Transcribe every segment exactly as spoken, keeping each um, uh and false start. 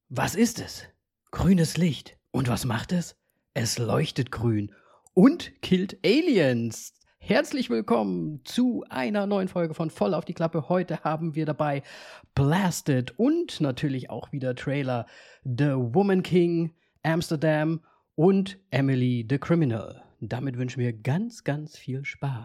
Was ist es? Grünes Licht. Und was macht es? Es leuchtet grün und killt Aliens. Herzlich willkommen zu einer neuen Folge von Voll auf die Klappe. Heute haben wir dabei Blasted und natürlich auch wieder Trailer The Woman King, Amsterdam und Emily the Criminal. Damit wünschen wir ganz, ganz viel Spaß.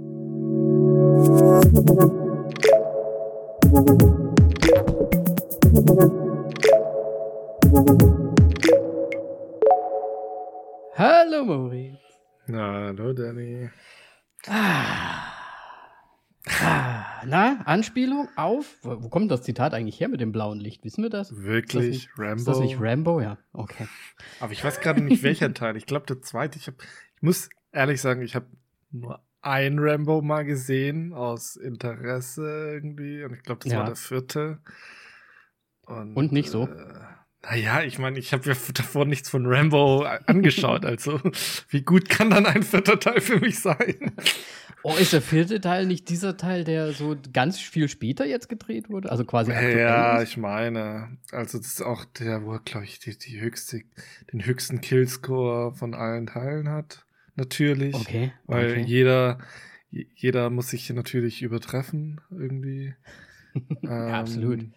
Hallo Moritz. Hallo Danny. Ah. Ah. Na, Anspielung auf, wo, wo kommt das Zitat eigentlich her mit dem blauen Licht? Wissen wir das? Wirklich? Ist das nicht, Rambo? Ist das nicht Rambo? Ja, okay. Aber ich weiß gerade nicht, welcher Teil. Ich glaube, der zweite. Ich, hab, ich muss ehrlich sagen, ich habe nur ein Rambo mal gesehen, aus Interesse irgendwie. Und ich glaube, das Ja. war der vierte. Und, Und nicht so? Äh, naja, ich meine, ich habe ja davor nichts von Rambo angeschaut. Also, wie gut kann dann ein vierter Teil für mich sein? Oh, ist der vierte Teil nicht dieser Teil, der so ganz viel später jetzt gedreht wurde? Also quasi aktuell Ja, ist? ich meine, also das ist auch der, wo er, glaube ich, die, die höchste, den höchsten Killscore von allen Teilen hat. Natürlich. Okay, Weil okay. jeder, jeder muss sich natürlich übertreffen, irgendwie. Ja, absolut. Ähm,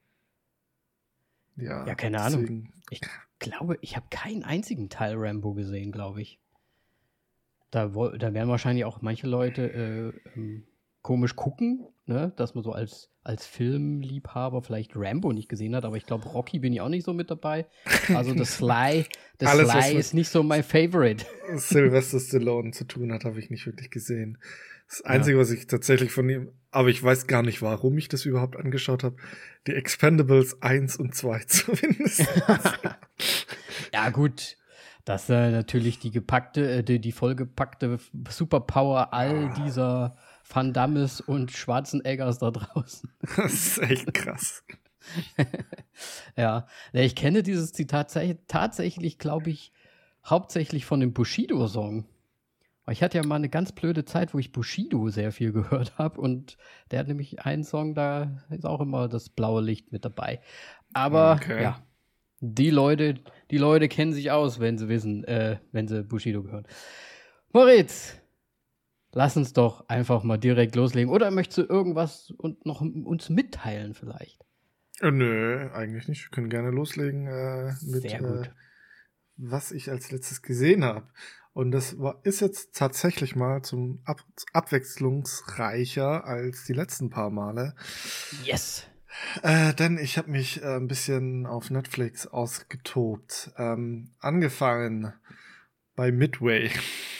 ja, Ja, keine Ahnung. deswegen- Ich glaube, ich habe keinen einzigen Teil Rambo gesehen, glaube ich. Da, wo, da werden wahrscheinlich auch manche Leute äh, ähm, komisch gucken, ne? Dass man so als, als Filmliebhaber vielleicht Rambo nicht gesehen hat, aber ich glaube, Rocky bin ich auch nicht so mit dabei. Also das Sly, das Alles, was Sly mit- ist nicht so mein Favorite. Sylvester Stallone zu tun hat, habe ich nicht wirklich gesehen. Das Einzige, was ich tatsächlich von ihm, aber ich weiß gar nicht, warum ich das überhaupt angeschaut habe, die Expendables eins und zwei zumindest. Ja, gut. Das äh, natürlich die gepackte, äh, die, die vollgepackte Superpower all dieser Van Dammes und Schwarzeneggers da draußen. Das ist echt krass. Ja, ja, ich kenne dieses Zitat tats- tatsächlich, glaube ich, hauptsächlich von dem Bushido-Song. Weil ich hatte ja mal eine ganz blöde Zeit, wo ich Bushido sehr viel gehört habe und der hat nämlich einen Song, da ist auch immer das blaue Licht mit dabei. Aber Okay. ja, die Leute, die Leute kennen sich aus, wenn sie wissen, äh, wenn sie Bushido gehören. Moritz, lass uns doch einfach mal direkt loslegen. Oder möchtest du irgendwas und noch uns mitteilen vielleicht? Äh, nö, eigentlich nicht. Wir können gerne loslegen äh, mit, Sehr gut. Äh, was ich als letztes gesehen habe. Und das war, ist jetzt tatsächlich mal zum Ab abwechslungsreicher als die letzten paar Male. Yes! Äh, denn ich habe mich äh, ein bisschen auf Netflix ausgetobt. Ähm, angefangen bei Midway.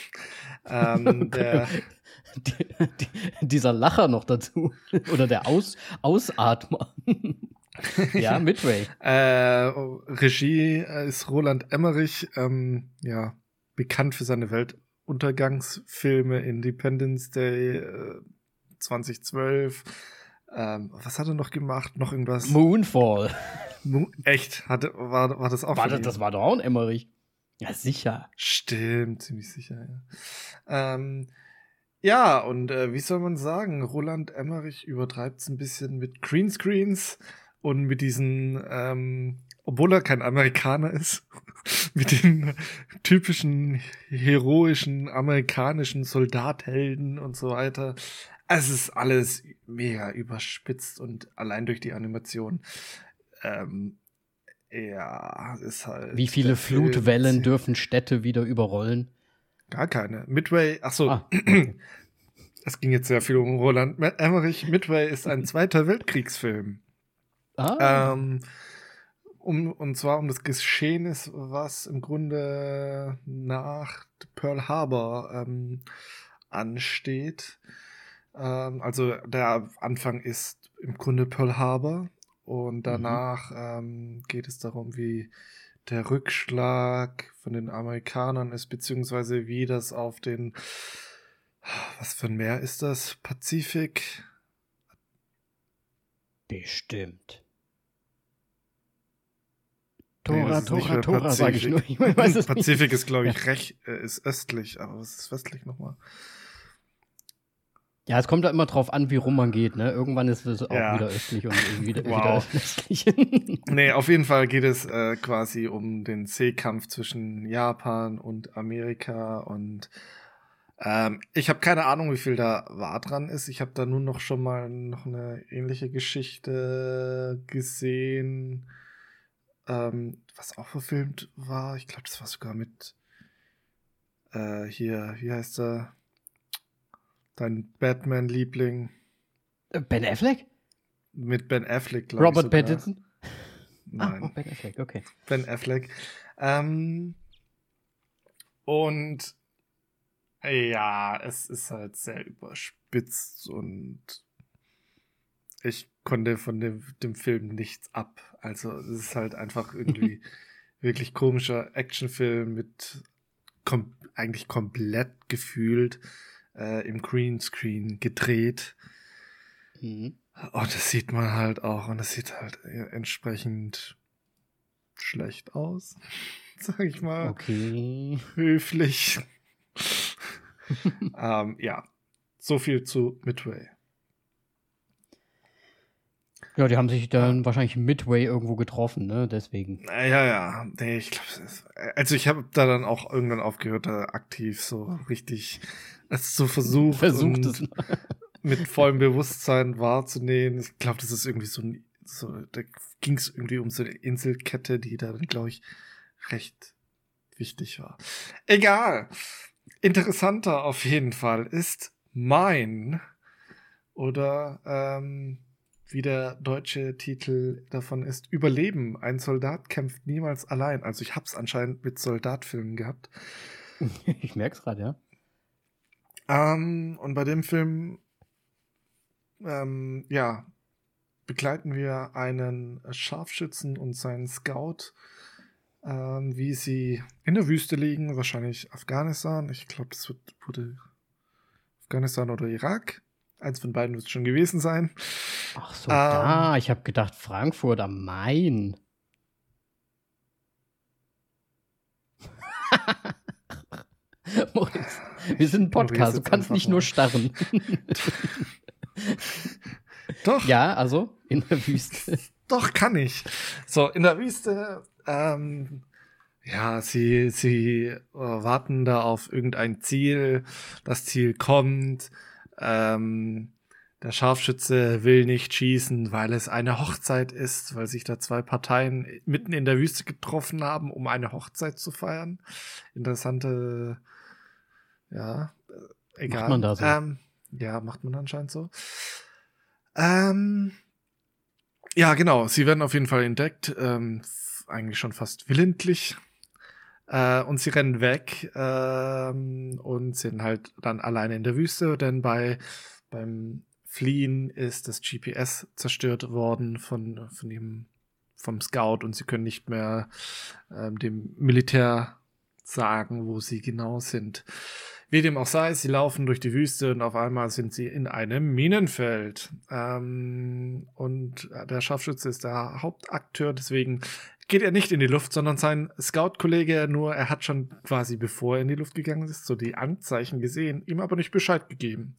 ähm, der, Die, die, dieser Lacher noch dazu. Oder der Aus, Ausatmer. Ja, Midway. Äh, Regie äh, ist Roland Emmerich, ähm, ja, bekannt für seine Weltuntergangsfilme, Independence Day äh, zwanzig zwölf. Ähm, was hat er noch gemacht? Noch irgendwas? Moonfall. Mo Echt? Hatte, war, war das auch War von das, ihm? das war doch auch ein Emmerich. Ja, sicher. Stimmt, ziemlich sicher, ja. Ähm, ja, und äh, wie soll man sagen, Roland Emmerich übertreibt es ein bisschen mit Greenscreens und mit diesen, ähm, obwohl er kein Amerikaner ist, mit den typischen heroischen amerikanischen Soldathelden und so weiter. Es ist alles mega überspitzt und allein durch die Animation, ähm, ja, ist halt. Wie viele der Film Flutwellen zieht- dürfen Städte wieder überrollen? Gar keine. Midway, ach so. Ah, okay. Es ging jetzt sehr viel um Roland Emmerich. Midway ist ein Zweiter Weltkriegsfilm. Ah, Ähm, um, und zwar um das Geschehnis, was im Grunde nach Pearl Harbor ähm, ansteht. Ähm, also der Anfang ist im Grunde Pearl Harbor und danach ähm, geht es darum, wie der Rückschlag von den Amerikanern ist, beziehungsweise wie das auf den, was für ein Meer ist das? Pazifik? bestimmt. Nee, Tora, das ist nicht Tora, mehr Tora, sage ich Pazifik. nur. Ich weiß es Pazifik ist, glaube ich, Ja. recht, äh, ist östlich, aber was ist westlich nochmal? Ja, es kommt da immer drauf an, wie rum man geht, ne? Irgendwann ist es auch Ja. wieder östlich und wieder, Wow. wieder westlich. Nee, auf jeden Fall geht es äh, quasi um den Seekampf zwischen Japan und Amerika und ähm, ich habe keine Ahnung, wie viel da wahr dran ist. Ich habe da nur noch schon mal noch eine ähnliche Geschichte gesehen, ähm, was auch verfilmt war. Ich glaube, das war sogar mit äh, hier, wie heißt er? Dein Batman-Liebling Ben Affleck? mit Ben Affleck, glaube ich. Robert sogar. Pattinson? Nein. Ah, oh, Ben Affleck, okay. Ben Affleck. Ähm, und ja, es ist halt sehr überspitzt und ich konnte von dem, dem Film nichts ab. Also es ist halt einfach irgendwie wirklich komischer Actionfilm mit kom eigentlich komplett gefühlt äh, im Greenscreen gedreht. Mhm. Und das sieht man halt auch und das sieht halt entsprechend schlecht aus, sag ich mal. Okay. Höflich. ähm, ja, so viel zu Midway. Ja, die haben sich dann wahrscheinlich Midway irgendwo getroffen, ne? Deswegen. Ja, ja, nee, ich glaube, also ich habe da dann auch irgendwann aufgehört, da aktiv so richtig es zu versuchen Versucht und es. mit vollem Bewusstsein wahrzunehmen. Ich glaube, das ist irgendwie so ein, so, da ging es irgendwie um so eine Inselkette, die da dann, glaube ich, recht wichtig war. Egal. Interessanter auf jeden Fall ist Mine oder ähm, wie der deutsche Titel davon ist, Überleben. Ein Soldat kämpft niemals allein. Also ich hab's anscheinend mit Soldatfilmen gehabt. Ich merk's gerade, ja. Ähm, und bei dem Film, ähm, ja, begleiten wir einen Scharfschützen und seinen Scout, ähm, wie sie in der Wüste liegen, wahrscheinlich Afghanistan. Ich glaube, das wird, wurde Afghanistan oder Irak. Eins von beiden wird es schon gewesen sein. Ach so, Ähm, da. Ich habe gedacht, Frankfurt am Main. Moritz, wir sind ein Podcast, du kannst nicht nur starren. Doch. Ja, also in der Wüste. Doch, kann ich. So, in der Wüste, ähm, ja, sie, sie äh, warten da auf irgendein Ziel. Das Ziel kommt. Ähm, der Scharfschütze will nicht schießen, weil es eine Hochzeit ist, weil sich da zwei Parteien mitten in der Wüste getroffen haben, um eine Hochzeit zu feiern. Interessante, ja, äh, egal. Macht man da so? Ähm, ja, macht man anscheinend so. Ähm, ja, genau. Sie werden auf jeden Fall entdeckt, ähm, f- eigentlich schon fast willentlich. Äh, und sie rennen weg ähm, und sind halt dann alleine in der Wüste, denn bei beim Fliehen ist das G P S zerstört worden von von dem vom Scout und sie können nicht mehr ähm, dem Militär sagen, wo sie genau sind. Wie dem auch sei, sie laufen durch die Wüste und auf einmal sind sie in einem Minenfeld. Ähm, und der Scharfschütze ist der Hauptakteur, deswegen geht er nicht in die Luft, sondern sein Scout-Kollege, nur er hat schon quasi, bevor er in die Luft gegangen ist, so die Anzeichen gesehen, ihm aber nicht Bescheid gegeben.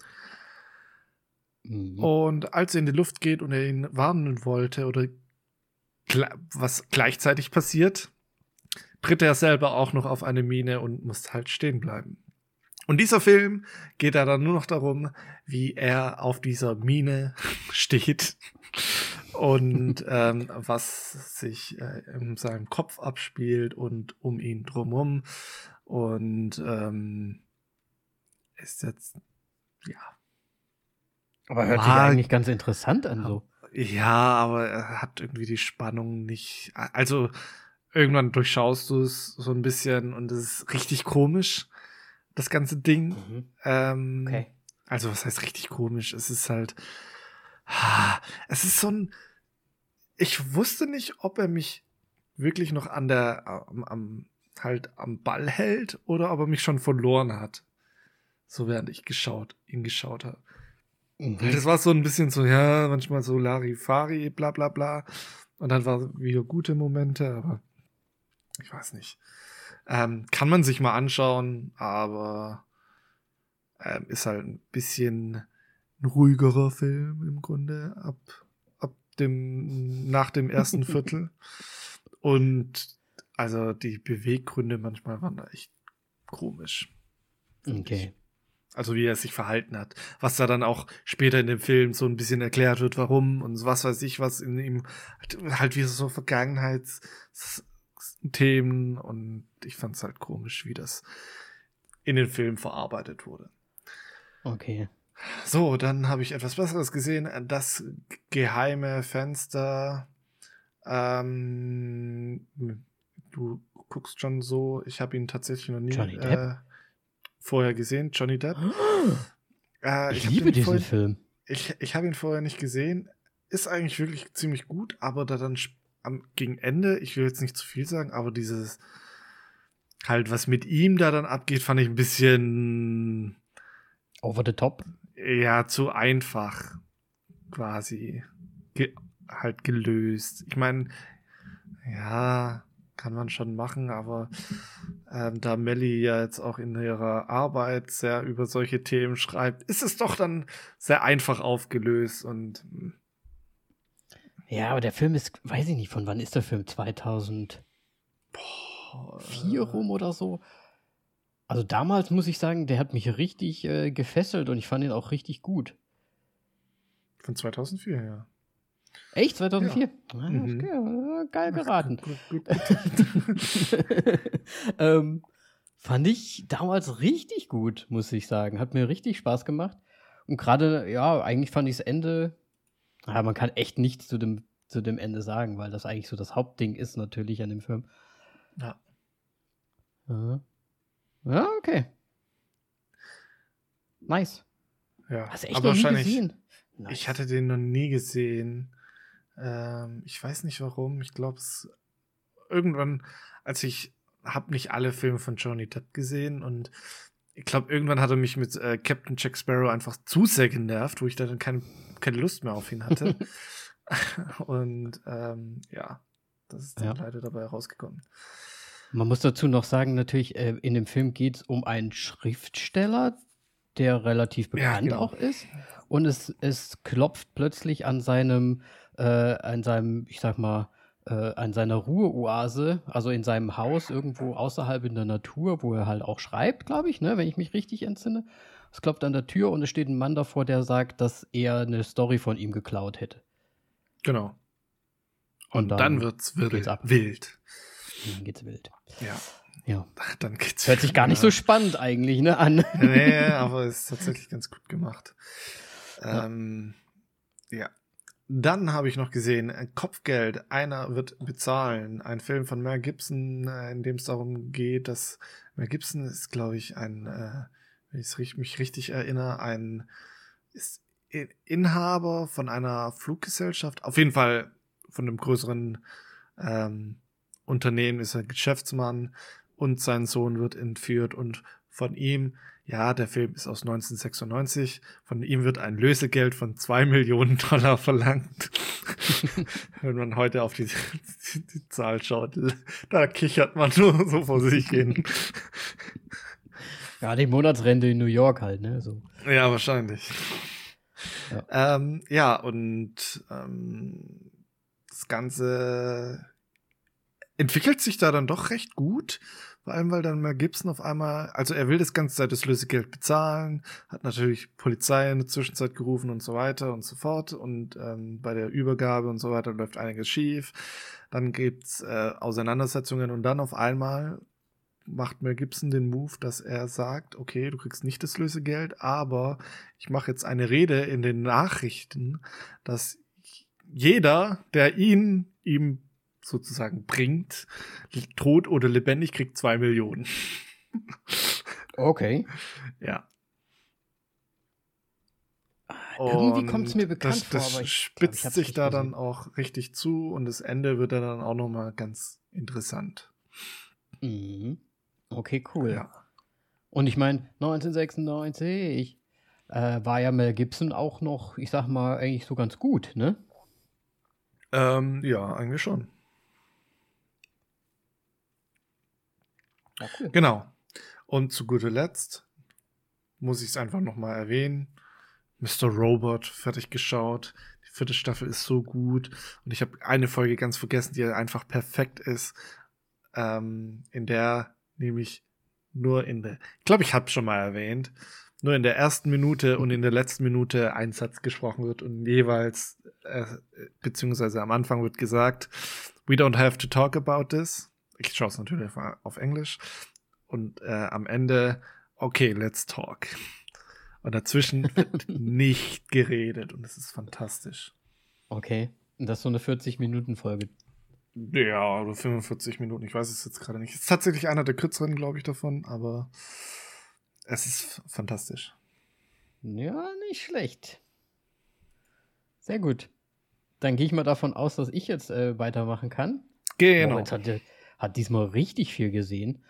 Mhm. Und als er in die Luft geht und er ihn warnen wollte oder gle- was gleichzeitig passiert, tritt er selber auch noch auf eine Mine und muss halt stehen bleiben. Und dieser Film geht da dann nur noch darum, wie er auf dieser Mine steht und ähm, was sich äh, in seinem Kopf abspielt und um ihn drumherum. Und ähm, ist jetzt, ja. Aber hört sich Mag- eigentlich ganz interessant an so. Ja, aber er hat irgendwie die Spannung nicht. Also irgendwann durchschaust du es so ein bisschen und es ist richtig komisch, das ganze Ding. Mhm. Ähm, Okay. Also was heißt richtig komisch? Es ist halt, ah, es ist so ein, ich wusste nicht, ob er mich wirklich noch an der, am, am halt am Ball hält oder ob er mich schon verloren hat. So während ich geschaut, ihn geschaut habe. Mhm. Weil das war so ein bisschen so, ja, manchmal so Larifari, bla bla bla. Und dann war wieder gute Momente, aber ich weiß nicht. Ähm, kann man sich mal anschauen, aber ähm, ist halt ein bisschen ein ruhigerer Film im Grunde ab, ab dem, nach dem ersten Viertel. Und also die Beweggründe manchmal waren da echt komisch. Okay. Also wie er sich verhalten hat. Was da dann auch später in dem Film so ein bisschen erklärt wird, warum und was weiß ich, was in ihm halt wie so Vergangenheitsthemen, und ich fand es halt komisch, wie das in den Film verarbeitet wurde. Okay. So, dann habe ich etwas Besseres gesehen. Das geheime Fenster. Ähm, du guckst schon so, ich habe ihn tatsächlich noch nie Johnny Depp? Äh, vorher gesehen, Johnny Depp. Äh, Ich hab liebe den diesen vorhin, Film. Ich, ich habe ihn vorher nicht gesehen. Ist eigentlich wirklich ziemlich gut, aber da dann am, gegen Ende, ich will jetzt nicht zu viel sagen, aber dieses halt, was mit ihm da dann abgeht, fand ich ein bisschen Over the top? Ja, zu einfach quasi ge halt gelöst. Ich meine, ja, kann man schon machen, aber ähm, da Melly ja jetzt auch in ihrer Arbeit sehr über solche Themen schreibt, ist es doch dann sehr einfach aufgelöst und ja, aber der Film ist, weiß ich nicht, von wann ist der Film? zweitausendvier rum oder so? Also damals muss ich sagen, der hat mich richtig äh, gefesselt und ich fand ihn auch richtig gut. Von zweitausendvier, ja. Echt? zweitausendvier? Ja. Ah, Mhm. okay, geil geraten. Gut, gut, gut. ähm, fand ich damals richtig gut, muss ich sagen. Hat mir richtig Spaß gemacht. Und gerade, ja, eigentlich fand ich das Ende, ja, man kann echt nichts zu dem, zu dem Ende sagen, weil das eigentlich so das Hauptding ist natürlich an dem Film. Ja. Ja, ja okay. Nice. Ja, Hast du echt aber noch nie wahrscheinlich, gesehen? Nice. Ich hatte den noch nie gesehen. Ähm, ich weiß nicht warum. Ich glaube, es irgendwann, als ich habe nicht alle Filme von Johnny Depp gesehen und ich glaube, irgendwann hat er mich mit äh, Captain Jack Sparrow einfach zu sehr genervt, wo ich dann keine, keine Lust mehr auf ihn hatte. Und ähm, ja, das ist dann Ja. leider dabei rausgekommen. Man muss dazu noch sagen, natürlich, äh, in dem Film geht es um einen Schriftsteller, der relativ bekannt Ja, genau. auch ist. Und es, es klopft plötzlich an seinem, äh, an seinem, ich sag mal, äh, an seiner Ruheoase, also in seinem Haus irgendwo außerhalb in der Natur, wo er halt auch schreibt, glaube ich, ne, wenn ich mich richtig entsinne. Es klopft an der Tür und es steht ein Mann davor, der sagt, dass er eine Story von ihm geklaut hätte. Genau. Und, Und dann, dann dann wird's wild. geht's ab. wild. Dann geht's wild. Ja. Ja. Dann geht's Hört sich gar nicht so spannend eigentlich, ne, an. Nee, aber ist tatsächlich ganz gut gemacht. Ja. Ähm, ja. Dann habe ich noch gesehen, äh, Kopfgeld, einer wird bezahlen. Ein Film von Mel Gibson, äh, in dem es darum geht, dass Mel Gibson ist, glaube ich, ein, äh, wenn ich ri- mich richtig erinnere, ein ist I- Inhaber von einer Fluggesellschaft. Auf jeden Fall von einem größeren ähm, Unternehmen ist er Geschäftsmann und sein Sohn wird entführt und von ihm, ja, der Film ist aus neunzehnhundertsechsundneunzig, von ihm wird ein Lösegeld von zwei Millionen Dollar verlangt. Wenn man heute auf die, die, die Zahl schaut, da kichert man nur so vor sich hin. Ja, die Monatsrente in New York halt, ne? So. Ja, wahrscheinlich. Ja. Ähm, ja, und ähm, das Ganze entwickelt sich da dann doch recht gut. Vor allem, weil dann Mel Gibson auf einmal, also er will das ganze Zeit das Lösegeld bezahlen, hat natürlich Polizei in der Zwischenzeit gerufen und so weiter und so fort. Und ähm, bei der Übergabe und so weiter läuft einiges schief. Dann gibt's äh, Auseinandersetzungen und dann auf einmal macht Mel Gibson den Move, dass er sagt, okay, du kriegst nicht das Lösegeld, aber ich mache jetzt eine Rede in den Nachrichten, dass jeder, der ihn ihm sozusagen bringt, tot oder lebendig, kriegt zwei Millionen. Okay. Ja. Irgendwie kommt es mir Und bekannt das, vor, das aber ich spitzt glaub, ich hab's sich nicht da gesehen. dann auch richtig zu und das Ende wird dann auch nochmal ganz interessant. Mhm. Okay, cool. Ja. Und ich meine, neunzehnhundertsechsundneunzig äh, war ja Mel Gibson auch noch, ich sag mal, eigentlich so ganz gut, ne? Ähm, ja, eigentlich schon. Ja, cool. Genau. Und zu guter Letzt muss ich es einfach nochmal erwähnen. Mister Robot fertig geschaut. Die vierte Staffel ist so gut. Und ich habe eine Folge ganz vergessen, die einfach perfekt ist. Ähm, in der nämlich nur in der, ich glaube, ich habe schon mal erwähnt, nur in der ersten Minute und in der letzten Minute ein Satz gesprochen wird und jeweils, äh, beziehungsweise am Anfang wird gesagt, we don't have to talk about this. Ich schaue es natürlich auf, auf Englisch. Und äh, am Ende, okay, let's talk. Und dazwischen wird nicht geredet und es ist fantastisch. Okay, und das ist so eine vierzig-Minuten-Folge. Ja, oder fünfundvierzig Minuten, ich weiß es jetzt gerade nicht. Es ist tatsächlich einer der kürzeren, glaube ich, davon, aber es ist fantastisch. Ja, nicht schlecht. Sehr gut. Dann gehe ich mal davon aus, dass ich jetzt äh, weitermachen kann. Genau. Moritz hat, hat diesmal richtig viel gesehen.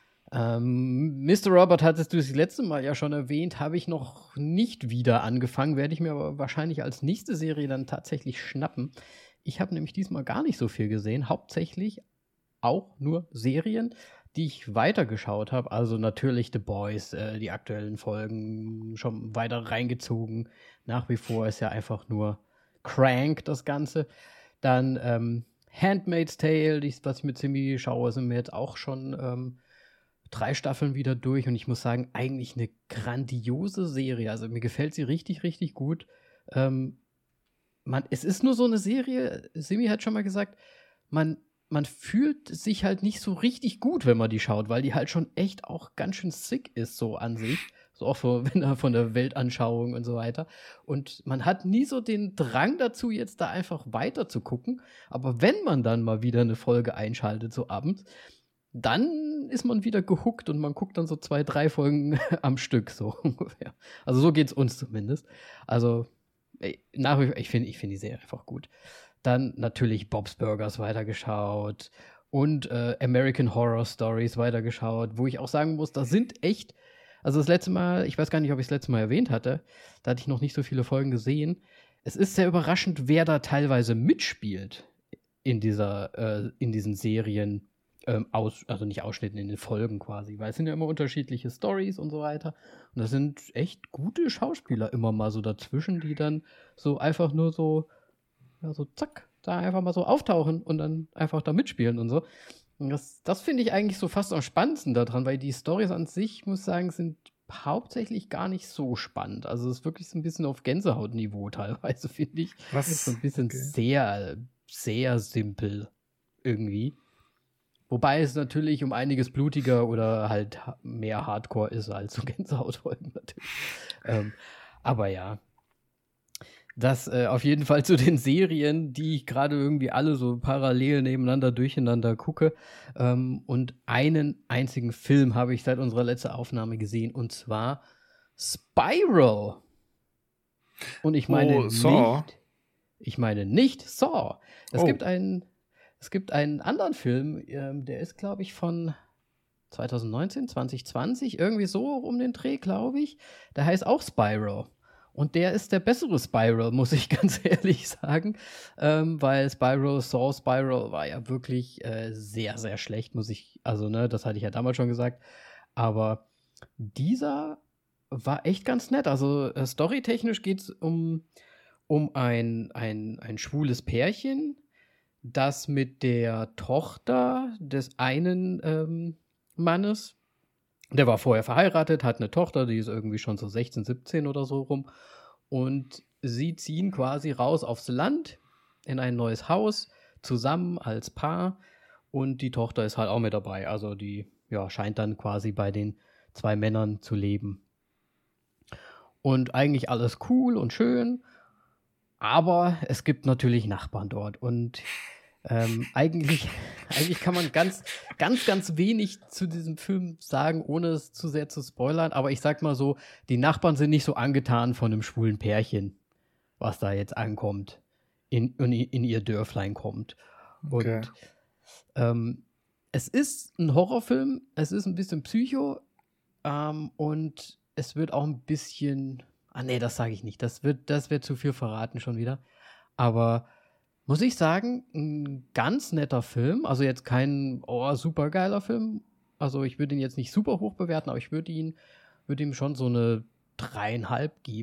Ähm, Mister Robert, hattest du das letzte Mal ja schon erwähnt, habe ich noch nicht wieder angefangen, werde ich mir aber wahrscheinlich als nächste Serie dann tatsächlich schnappen. Ich habe nämlich diesmal gar nicht so viel gesehen, hauptsächlich auch nur Serien, die ich weitergeschaut habe. Also natürlich The Boys, äh, die aktuellen Folgen schon weiter reingezogen. Nach wie vor ist ja einfach nur Crank das Ganze. Dann ähm, Handmaid's Tale, die, was ich mit Simi schaue, sind mir jetzt auch schon ähm, drei Staffeln wieder durch. Und ich muss sagen, eigentlich eine grandiose Serie. Also mir gefällt sie richtig, richtig gut. Ähm, man, es ist nur so eine Serie, Simi hat schon mal gesagt, man man fühlt sich halt nicht so richtig gut, wenn man die schaut, weil die halt schon echt auch ganz schön sick ist, so an sich. So auch von, von der Weltanschauung und so weiter. Und man hat nie so den Drang dazu, jetzt da einfach weiter zu gucken. Aber wenn man dann mal wieder eine Folge einschaltet, so abends, dann ist man wieder gehuckt und man guckt dann so zwei, drei Folgen am Stück, so ungefähr. Also so geht's uns zumindest. Also nach wie vor, ich finde ich find die Serie einfach gut. Dann natürlich Bob's Burgers weitergeschaut und äh, American Horror Stories weitergeschaut, wo ich auch sagen muss, da sind echt, also das letzte Mal, ich weiß gar nicht, ob ich das letzte Mal erwähnt hatte, da hatte ich noch nicht so viele Folgen gesehen. Es ist sehr überraschend, wer da teilweise mitspielt in dieser, äh, in diesen Serien, ähm, aus, also nicht Ausschnitten, in den Folgen quasi, weil es sind ja immer unterschiedliche Stories und so weiter. Und da sind echt gute Schauspieler immer mal so dazwischen, die dann so einfach nur so ja, so zack, da einfach mal so auftauchen und dann einfach da mitspielen und so. Und das, das finde ich eigentlich so fast am spannendsten daran, weil die Storys an sich, muss ich sagen, sind hauptsächlich gar nicht so spannend. Also es ist wirklich so ein bisschen auf Gänsehautniveau teilweise, finde ich. Was? So ein bisschen Okay. sehr, sehr simpel irgendwie. Wobei es natürlich um einiges blutiger oder halt mehr Hardcore ist als so Gänsehautfolgen natürlich. ähm, aber ja. Das äh, auf jeden Fall zu den Serien, die ich gerade irgendwie alle so parallel nebeneinander, durcheinander gucke. Ähm, und einen einzigen Film habe ich seit unserer letzten Aufnahme gesehen, und zwar Spiral. Und ich meine Oh, Saw. nicht, ich meine nicht Saw. Es Oh. gibt einen, es gibt einen anderen Film, ähm, der ist, glaube ich, von zwanzig neunzehn, zwanzig zwanzig, irgendwie so um den Dreh, glaube ich. Der heißt auch Spiral. Und der ist der bessere Spiral, muss ich ganz ehrlich sagen. Ähm, weil Spiral, Saw Spiral war ja wirklich äh, sehr, sehr schlecht, muss ich, also, ne, das hatte ich ja damals schon gesagt. Aber dieser war echt ganz nett. Also, äh, storytechnisch geht es um, um ein, ein, ein schwules Pärchen, das mit der Tochter des einen ähm, Mannes, der war vorher verheiratet, hat eine Tochter, die ist irgendwie schon so sechzehn, siebzehn oder so rum. Und sie ziehen quasi raus aufs Land in ein neues Haus, zusammen als Paar. Und die Tochter ist halt auch mit dabei. Also die ja, scheint dann quasi bei den zwei Männern zu leben. Und eigentlich alles cool und schön. Aber es gibt natürlich Nachbarn dort. Und Ähm, eigentlich, eigentlich kann man ganz, ganz, ganz wenig zu diesem Film sagen, ohne es zu sehr zu spoilern. Aber ich sag mal so, die Nachbarn sind nicht so angetan von einem schwulen Pärchen, was da jetzt ankommt, in, in, in ihr Dörflein kommt. Okay. Und ähm, es ist ein Horrorfilm, es ist ein bisschen Psycho ähm, und es wird auch ein bisschen, ah nee, das sage ich nicht, das wird, das wird zu viel verraten schon wieder. Aber muss ich sagen, ein ganz netter Film. Also jetzt kein oh, super geiler Film. Also ich würde ihn jetzt nicht super hoch bewerten, aber ich würde ihn, würde ihm schon so eine dreieinhalb geben.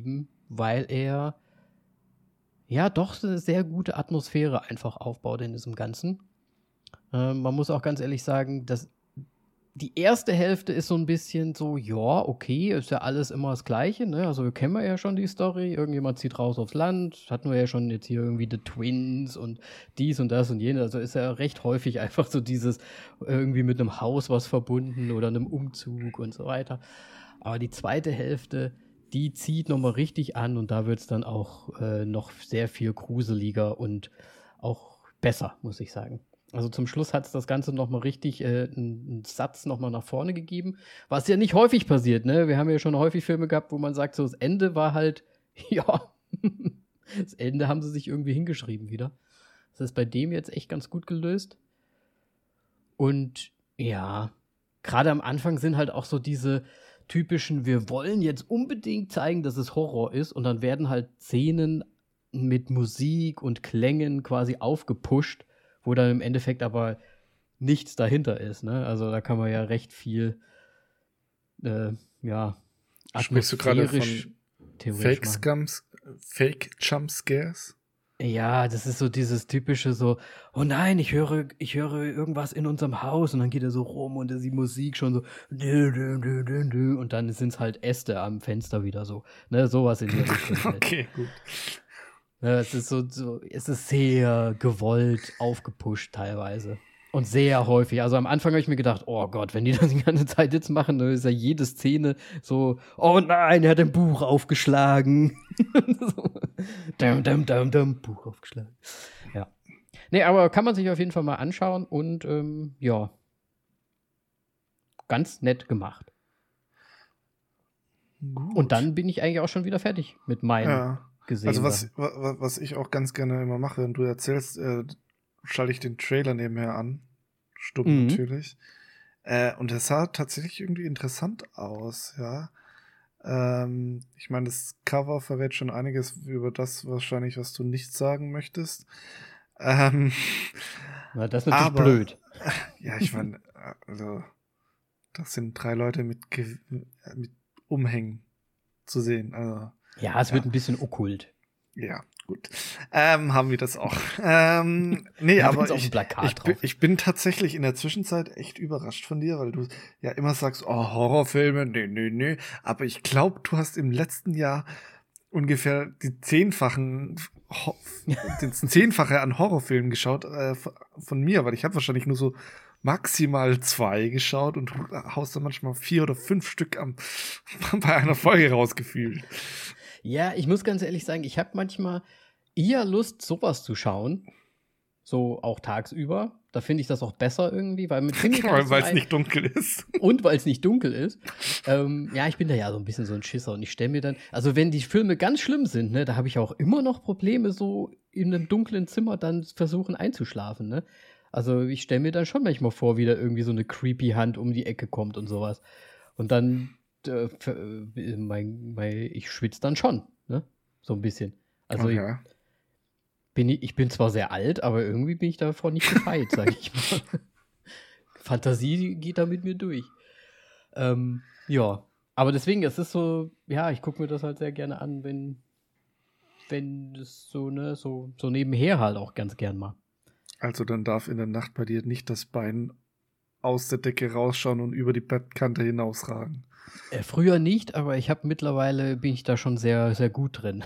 weil er ja doch eine sehr gute Atmosphäre einfach aufbaut in diesem Ganzen. Äh, man muss auch ganz ehrlich sagen, dass die erste Hälfte ist so ein bisschen so, ja, okay, ist ja alles immer das Gleiche, ne? Also wir kennen ja schon die Story, irgendjemand zieht raus aufs Land, hatten wir ja schon jetzt hier irgendwie The Twins und dies und das und jenes, also ist ja recht häufig einfach so dieses irgendwie mit einem Haus was verbunden oder einem Umzug und so weiter. Aber die zweite Hälfte, die zieht nochmal richtig an und da wird es dann auch äh, noch sehr viel gruseliger und auch besser, muss ich sagen. Also zum Schluss hat es das Ganze nochmal richtig äh, einen, einen Satz nochmal nach vorne gegeben, was ja nicht häufig passiert, ne? Wir haben ja schon häufig Filme gehabt, wo man sagt, so das Ende war halt, ja, das Ende haben sie sich irgendwie hingeschrieben wieder. Das ist bei dem jetzt echt ganz gut gelöst. Und ja, gerade am Anfang sind halt auch so diese typischen, wir wollen jetzt unbedingt zeigen, dass es Horror ist und dann werden halt Szenen mit Musik und Klängen quasi aufgepusht, wo dann im Endeffekt aber nichts dahinter ist, ne? Also da kann man ja recht viel, äh, ja, Sprichst du gerade von Fake, machen. Scums, Fake Jump Scares? Ja, das ist so dieses typische so, oh nein, ich höre, ich höre irgendwas in unserem Haus und dann geht er so rum und ist die Musik schon so dü, dü, dü, dü, dü, und dann sind es halt Äste am Fenster wieder so, ne? Sowas in der Richtung. Halt. Okay, gut. Ja, es ist so, so, es ist sehr gewollt aufgepusht teilweise. Und sehr häufig. Also am Anfang habe ich mir gedacht, oh Gott, wenn die das die ganze Zeit jetzt machen, dann ist ja jede Szene so, oh nein, er hat ein Buch aufgeschlagen. so. Dum, dum, dum, dum, Buch aufgeschlagen. Ja. Nee, aber kann man sich auf jeden Fall mal anschauen und ähm, ja, ganz nett gemacht. Gut. Und dann bin ich eigentlich auch schon wieder fertig mit meinen ja. gesehen. Also was, was, was ich auch ganz gerne immer mache, wenn du erzählst, äh, schalte ich den Trailer nebenher an. Stumm Mhm. natürlich. Äh, und das sah tatsächlich irgendwie interessant aus, ja. Ähm, ich meine, das Cover verrät schon einiges über das wahrscheinlich, was du nicht sagen möchtest. Ähm, Na, das ist natürlich aber, blöd. Ja, ich meine, also das sind drei Leute mit, Ge- mit Umhängen zu sehen. Also, Ja, es ja. wird ein bisschen okkult. Ja, gut. Ähm, haben wir das auch. ähm, nee, Wir aber haben's auf ich, dem Plakat ich, bin, drauf. ich bin tatsächlich in der Zwischenzeit echt überrascht von dir, weil du ja immer sagst, oh, Horrorfilme, nee, nee, nee. Aber ich glaube, du hast im letzten Jahr ungefähr die zehnfachen, Ho- das Zehnfache an Horrorfilmen geschaut äh, von mir, weil ich habe wahrscheinlich nur so maximal zwei geschaut und du haust dann manchmal vier oder fünf Stück am, bei einer Folge rausgefühlt. Ja, ich muss ganz ehrlich sagen, ich habe manchmal eher Lust, sowas zu schauen. So auch tagsüber. Da finde ich das auch besser irgendwie, weil mit Filmen kann ich Weil zum es einen- nicht dunkel ist. Und weil es nicht dunkel ist. ähm, ja, ich bin da ja so ein bisschen so ein Schisser und ich stelle mir dann, also wenn die Filme ganz schlimm sind, ne, da habe ich auch immer noch Probleme, so in einem dunklen Zimmer dann versuchen einzuschlafen, ne? Also ich stelle mir dann schon manchmal vor, wie da irgendwie so eine creepy Hand um die Ecke kommt und sowas. Und dann, äh, f- äh, mein, mein, ich schwitze dann schon, ne? So ein bisschen. Also ich, Okay. bin ich, ich bin zwar sehr alt, aber irgendwie bin ich davor nicht gefeit, sage ich mal. Fantasie geht da mit mir durch. Ähm, ja, aber deswegen, es ist so, ja, ich gucke mir das halt sehr gerne an, wenn, wenn es so, ne, so, so nebenher halt auch ganz gern mal. Also dann darf in der Nacht bei dir nicht das Bein aus der Decke rausschauen und über die Bettkante hinausragen. Äh, früher nicht, aber ich habe mittlerweile, bin ich da schon sehr, sehr gut drin.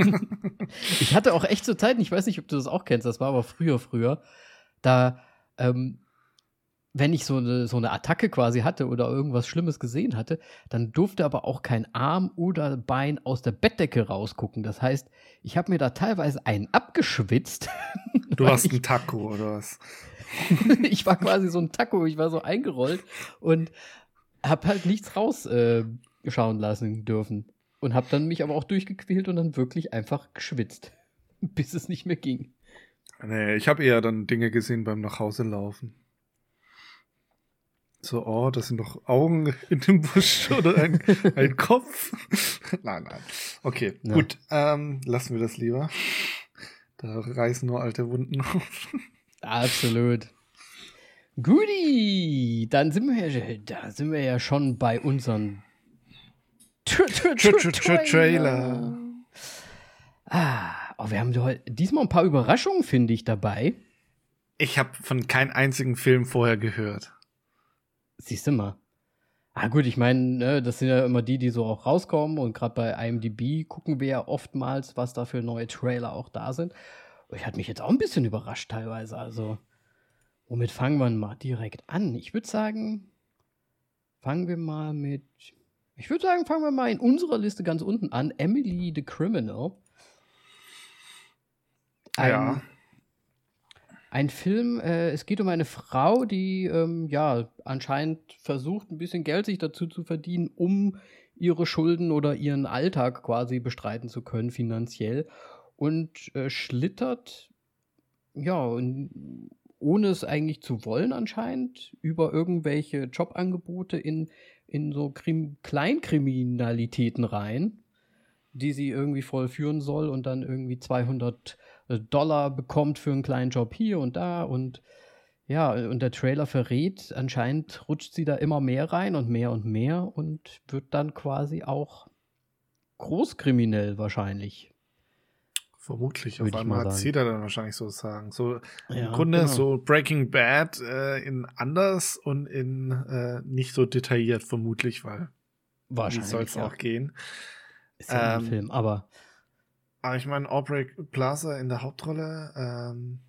Ich hatte auch echt so Zeiten, ich weiß nicht, ob du das auch kennst, das war aber früher, früher, da, ähm, wenn ich so eine, so eine Attacke quasi hatte oder irgendwas Schlimmes gesehen hatte, dann durfte aber auch kein Arm oder Bein aus der Bettdecke rausgucken. Das heißt, ich habe mir da teilweise einen abgeschwitzt. Du weil hast ich, einen Taco oder was? ich war quasi so ein Taco, ich war so eingerollt und habe halt nichts rausschauen äh, schauen lassen dürfen. Und habe dann mich aber auch durchgequält und dann wirklich einfach geschwitzt, bis es nicht mehr ging. Nee, ich habe eher dann Dinge gesehen beim Nachhauselaufen. So, oh, das sind doch Augen in dem Busch oder ein, ein Kopf. Nein, nein. Okay, Ja. gut. Ähm, lassen wir das lieber. Da reißen nur alte Wunden auf. Absolut. Guti, dann sind wir ja, da sind wir ja schon bei unseren Tra- Tra- Tra- Tra- Tra- Tra- Trailer. Ah, oh, wir haben heu- diesmal ein paar Überraschungen, finde ich, dabei. Ich habe von keinem einzigen Film vorher gehört. Siehst du mal. Ah gut, ich meine, ne, das sind ja immer die, die so auch rauskommen und gerade bei IMDb gucken wir ja oftmals, was da für neue Trailer auch da sind. Und ich hatte mich jetzt auch ein bisschen überrascht teilweise. Also, womit fangen wir mal direkt an? Ich würde sagen, fangen wir mal mit, ich würde sagen, fangen wir mal in unserer Liste ganz unten an. Emily the Criminal. Ein, Ja. ein Film, äh, es geht um eine Frau, die ähm, ja anscheinend versucht, ein bisschen Geld sich dazu zu verdienen, um ihre Schulden oder ihren Alltag quasi bestreiten zu können, finanziell. Und äh, schlittert, ja, und ohne es eigentlich zu wollen anscheinend, über irgendwelche Jobangebote in, in so Krim Kleinkriminalitäten rein, die sie irgendwie vollführen soll und dann irgendwie zweihundert Dollar bekommt für einen kleinen Job hier und da und ja, und der Trailer verrät, anscheinend rutscht sie da immer mehr rein und mehr und mehr und wird dann quasi auch großkriminell wahrscheinlich. Vermutlich. Würde Auf ich mal einmal hat sagen. sie da dann wahrscheinlich so sagen. So im Ja, Grunde genau. so Breaking Bad äh, in anders und in äh, nicht so detailliert vermutlich, weil wie Wahrscheinlich, soll es ja. auch gehen? Ist ja Ähm, ein Film, aber Aber ich meine, Aubrey Plaza in der Hauptrolle ähm,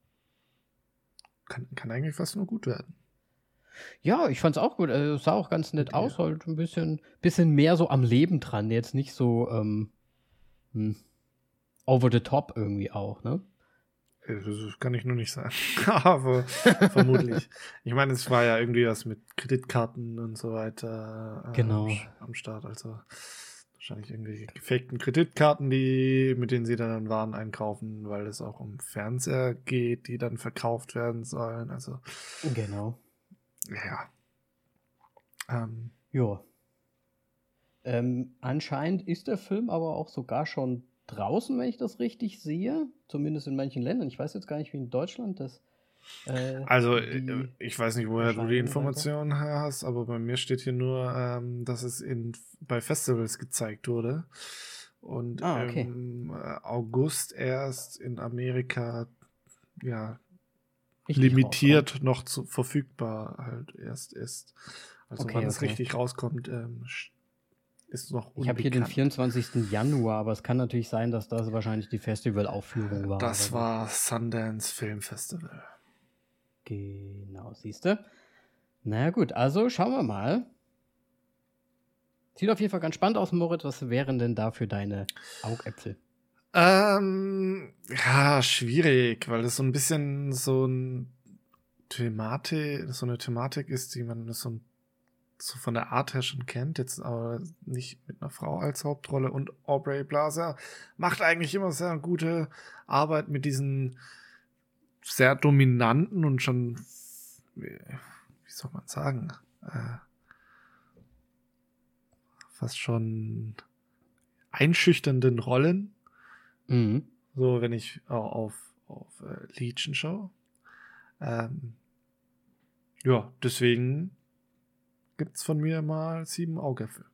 kann, kann eigentlich fast nur gut werden. ja, ich fand's auch gut. Also, es sah auch ganz nett Mit aus, ihr. halt ein bisschen, bisschen mehr so am Leben dran. Jetzt nicht so ähm, hm, over the top irgendwie auch, ne? Äh, Das kann ich nur nicht sagen. Aber vermutlich. Ich meine, es war ja irgendwie was mit Kreditkarten und so weiter äh, Genau. am, am Start. Also wahrscheinlich irgendwelche gefakten Kreditkarten, die, mit denen sie dann Waren einkaufen, weil es auch um Fernseher geht, die dann verkauft werden sollen. Also Genau. ja. Ähm, Ja. Ähm, anscheinend ist der Film aber auch sogar schon draußen, wenn ich das richtig sehe. Zumindest in manchen Ländern. Ich weiß jetzt gar nicht, wie in Deutschland das. Äh, Also, die äh, ich weiß nicht, woher du die Erscheinung sein Informationen her hast, aber bei mir steht hier nur, ähm, dass es in, bei Festivals gezeigt wurde und Ah, okay. im äh, August erst in Amerika, ja, Richtig limitiert rauskommt. noch zu, verfügbar halt erst ist. Also, Okay, wann es okay. richtig rauskommt, ähm, ist noch Ich habe hier den unbekannt. vierundzwanzigsten Januar, aber es kann natürlich sein, dass das wahrscheinlich die Festivalaufführung war oder Das so. war Sundance Film Festival. Genau, siehst du? Naja, gut, also schauen wir mal. Sieht auf jeden Fall ganz spannend aus, Moritz. Was wären denn da für deine Augäpfel? Ähm, ja, schwierig, weil das so ein bisschen so ein Thematik, so eine Thematik ist, die man so, ein, so von der Art her schon kennt, jetzt aber nicht mit einer Frau als Hauptrolle. Und Aubrey Plaza macht eigentlich immer sehr gute Arbeit mit diesen sehr dominanten und schon, wie soll man sagen, äh, fast schon einschüchternden Rollen. Mhm. So, wenn ich auf, auf äh, Legion schaue. Ähm, ja, deswegen gibt es von mir mal sieben Augäpfel.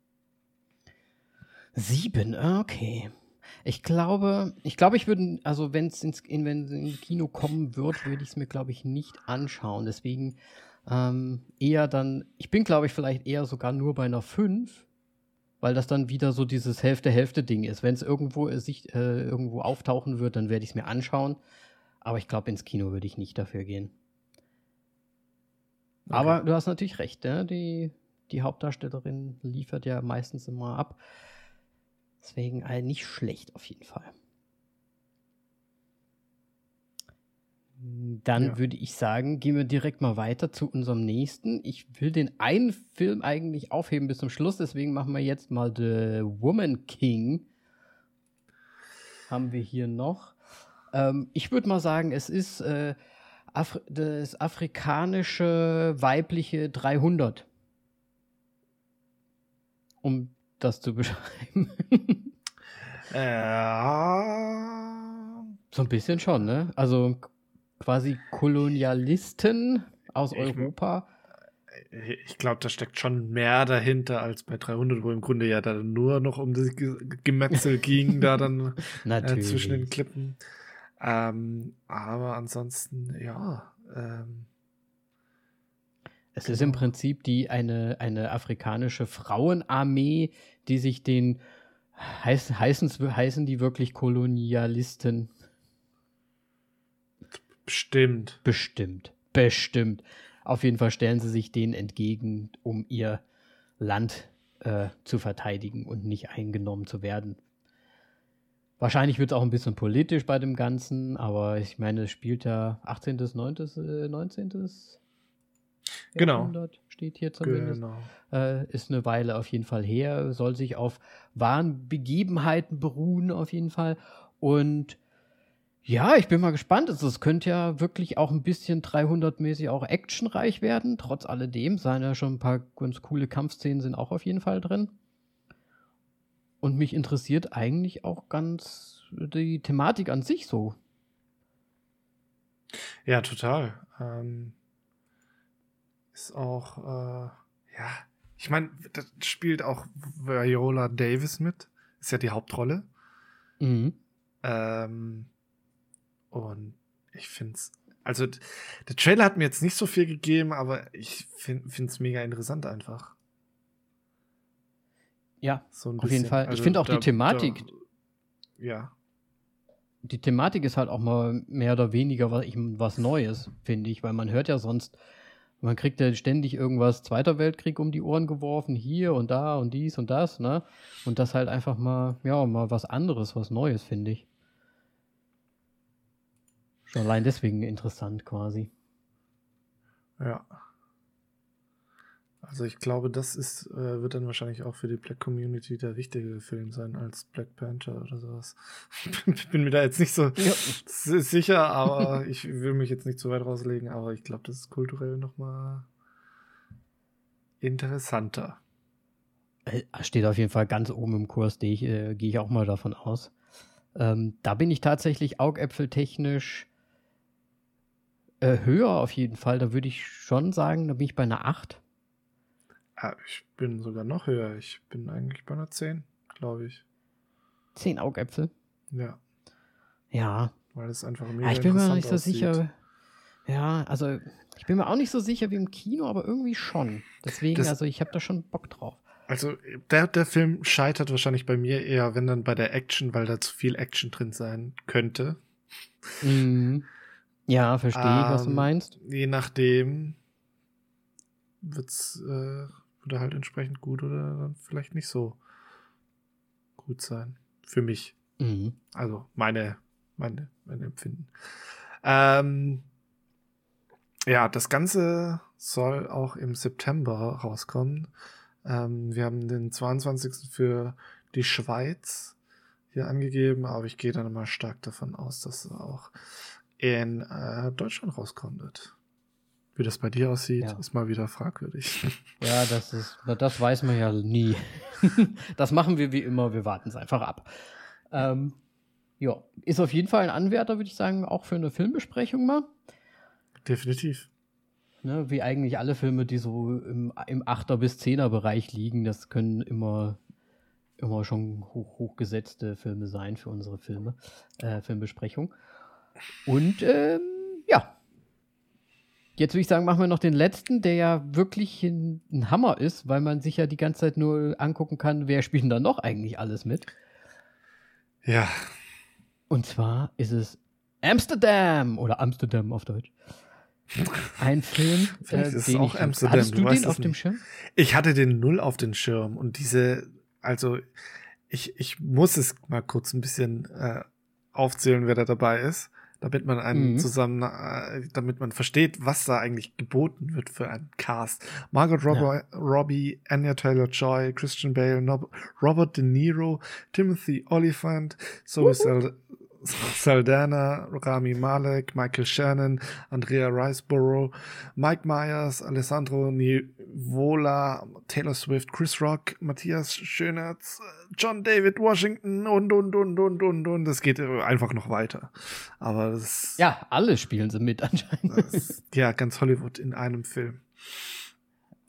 Sieben, okay. Ich glaube, ich glaube, ich würde, also wenn es ins, in, wenn es ins Kino kommen wird, würde ich es mir, glaube ich, nicht anschauen. Deswegen ähm, eher dann, ich bin, glaube ich, vielleicht eher sogar nur bei einer fünf, weil das dann wieder so dieses Hälfte-Hälfte-Ding ist. Wenn es irgendwo äh, sich äh, irgendwo auftauchen wird, dann werde ich es mir anschauen. Aber ich glaube, ins Kino würde ich nicht dafür gehen. Okay. Aber du hast natürlich recht, ne? Die, die Hauptdarstellerin liefert ja meistens immer ab. Deswegen äh, nicht schlecht auf jeden Fall. Dann Ja. würde ich sagen, gehen wir direkt mal weiter zu unserem nächsten. Ich will den einen Film eigentlich aufheben bis zum Schluss, deswegen machen wir jetzt mal The Woman King. Haben wir hier noch. Ähm, ich würde mal sagen, es ist äh, Afri- das afrikanische weibliche dreihundert. Um das zu beschreiben. Ja. So ein bisschen schon, ne? Also quasi Kolonialisten aus Ich- Europa ich glaube, da steckt schon mehr dahinter als bei dreihundert, wo im Grunde ja dann nur noch um das Ge- Gemetzel ging, da dann äh, zwischen den Klippen. Ähm, aber ansonsten, ja. Ähm, es genau. ist im Prinzip die eine, eine afrikanische Frauenarmee, die sich den heißen, heißen, heißen die wirklich Kolonialisten? Bestimmt. Bestimmt. Bestimmt. Auf jeden Fall stellen sie sich denen entgegen, um ihr Land äh, zu verteidigen und nicht eingenommen zu werden. Wahrscheinlich wird es auch ein bisschen politisch bei dem Ganzen, aber ich meine, es spielt ja achtzehnten., neunzehnten., neunzehnten. Genau. Jahrhundert, steht hier zumindest. Genau. Äh, ist eine Weile auf jeden Fall her, soll sich auf wahren Begebenheiten beruhen auf jeden Fall. Und ja, ich bin mal gespannt. Also, es könnte ja wirklich auch ein bisschen dreihundert-mäßig auch actionreich werden. Trotz alledem, seien ja schon ein paar ganz coole Kampfszenen sind auch auf jeden Fall drin. Und mich interessiert eigentlich auch ganz die Thematik an sich so. Ja, total. Ähm, ist auch, äh, ja, ich meine, da spielt auch Viola Davis mit. Ist ja die Hauptrolle. Mhm. Ähm, und ich finde es, also d- der Trailer hat mir jetzt nicht so viel gegeben, aber ich finde es mega interessant einfach. Ja, So ein auf jeden bisschen. Fall. Ich Also finde auch da- die Thematik, Da, ja. die Thematik ist halt auch mal mehr oder weniger was, ich, was Neues, finde ich, weil man hört ja sonst, man kriegt ja ständig irgendwas Zweiter Weltkrieg um die Ohren geworfen, hier und da und dies und das, ne? Und das halt einfach mal, ja, mal was anderes, was Neues, finde ich. Schon allein deswegen interessant quasi. Ja. Also ich glaube, das ist, äh, wird dann wahrscheinlich auch für die Black Community der richtige Film sein als Black Panther oder sowas. Ich bin mir da jetzt nicht so Ja. sicher, aber ich will mich jetzt nicht zu weit rauslegen, aber ich glaube, das ist kulturell nochmal interessanter. Äh, Steht auf jeden Fall ganz oben im Kurs, gehe ich, äh, gehe ich auch mal davon aus. Ähm, da bin ich tatsächlich augäpfeltechnisch äh, höher auf jeden Fall. Da würde ich schon sagen, da bin ich bei einer acht. Ah, ich bin sogar noch höher. Ich bin eigentlich bei einer zehn, glaube ich. zehn Augäpfel. Ja, Ja. weil es einfach mega Ja, ich bin mir noch interessant nicht so aussieht. sicher. Ja, also ich bin mir auch nicht so sicher wie im Kino, aber irgendwie schon. Deswegen, Das- also ich habe da schon Bock drauf. Also der, der Film scheitert wahrscheinlich bei mir eher, wenn dann bei der Action, weil da zu viel Action drin sein könnte. Mhm. Ja, verstehe ich, was du Ähm, meinst. Je nachdem wird's äh, wird er halt entsprechend gut oder dann vielleicht nicht so gut sein. Für mich. Mhm. Also meine, meine, meine Empfinden. Ähm, ja, das Ganze soll auch im September rauskommen. Ähm, wir haben den zweiundzwanzigsten für die Schweiz hier angegeben, aber ich gehe dann mal stark davon aus, dass es auch in äh, Deutschland rauskommen wird. Wie das bei dir aussieht, Ja. ist mal wieder fragwürdig. Ja, das ist, na, das weiß man ja nie. Das machen wir wie immer, wir warten es einfach ab. Ähm, ja, ist auf jeden Fall ein Anwärter, würde ich sagen, auch für eine Filmbesprechung mal. Definitiv. Ne, wie eigentlich alle Filme, die so im, im Achter- bis Zehner-Bereich liegen, das können immer, immer schon hoch, hochgesetzte Filme sein für unsere Filme, äh, Filmbesprechung. Und ähm, ja, jetzt würde ich sagen, machen wir noch den letzten, der ja wirklich ein, ein Hammer ist, weil man sich ja die ganze Zeit nur angucken kann, wer spielt denn da noch eigentlich alles mit. Ja. Und zwar ist es Amsterdam oder Amsterdam auf Deutsch. Ein Film, Vielleicht äh, ist es den auch ich, Amsterdam, hattest du du weißt den es auf dem nicht. Schirm? Ich hatte den null auf den Schirm und diese, also ich, ich muss es mal kurz ein bisschen äh, aufzählen, wer da dabei ist, damit man einen Mhm. zusammen, äh, damit man versteht, was da eigentlich geboten wird für einen Cast. Margot Robbie, Robbie Anya Taylor-Joy, Christian Bale, Nob- Robert De Niro, Timothy Olyphant, Zoe Sal- Saldana, Rami Malek, Michael Shannon, Andrea Riseborough, Mike Myers, Alessandro Nivola, Taylor Swift, Chris Rock, Matthias Schönertz, John David Washington und, und, und, und, und, und. Das geht einfach noch weiter. Aber das, Ja, alle spielen sie mit anscheinend. das ja, ganz Hollywood in einem Film.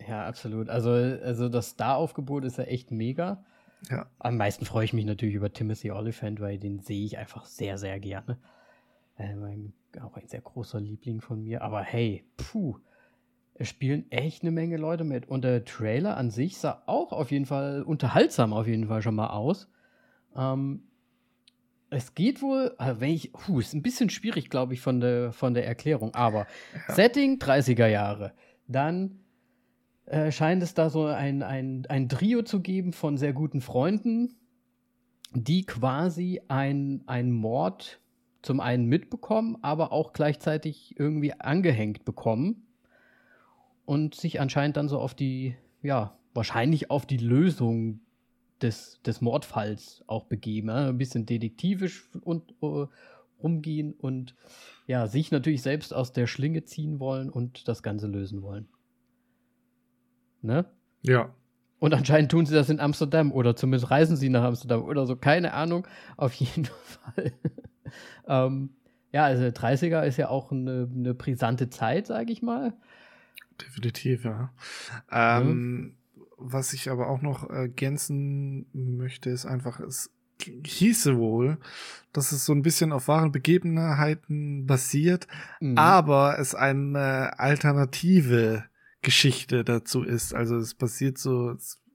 Ja, absolut. Also, also das Star-Aufgebot ist ja echt mega. Ja. Am meisten freue ich mich natürlich über Timothy Olyphant, weil den sehe ich einfach sehr, sehr gerne. Äh, mein, auch ein sehr großer Liebling von mir. Aber hey, puh, es spielen echt eine Menge Leute mit. Und der Trailer an sich sah auch auf jeden Fall unterhaltsam auf jeden Fall schon mal aus. Ähm, es geht wohl, also wenn ich, puh, ist ein bisschen schwierig, glaube ich, von der, von der Erklärung. Aber Ja. Setting dreißiger Jahre. Dann äh, scheint es da so ein, ein, ein Trio zu geben von sehr guten Freunden, die quasi ein, ein Mord zum einen mitbekommen, aber auch gleichzeitig irgendwie angehängt bekommen und sich anscheinend dann so auf die, ja, wahrscheinlich auf die Lösung des, des Mordfalls auch begeben. Ja? Ein bisschen detektivisch und, uh, rumgehen und ja, sich natürlich selbst aus der Schlinge ziehen wollen und das Ganze lösen wollen. Ne? Ja. Und anscheinend tun sie das in Amsterdam oder zumindest reisen sie nach Amsterdam oder so, keine Ahnung. Auf jeden Fall. ähm, ja, also der dreißiger ist ja auch eine, eine brisante Zeit, sage ich mal. Definitiv, ja. Ähm, ja. Was ich aber auch noch ergänzen möchte, ist einfach, es hieße wohl, dass es so ein bisschen auf wahren Begebenheiten basiert, mhm. aber es eine alternative Geschichte dazu ist. Also es passiert so,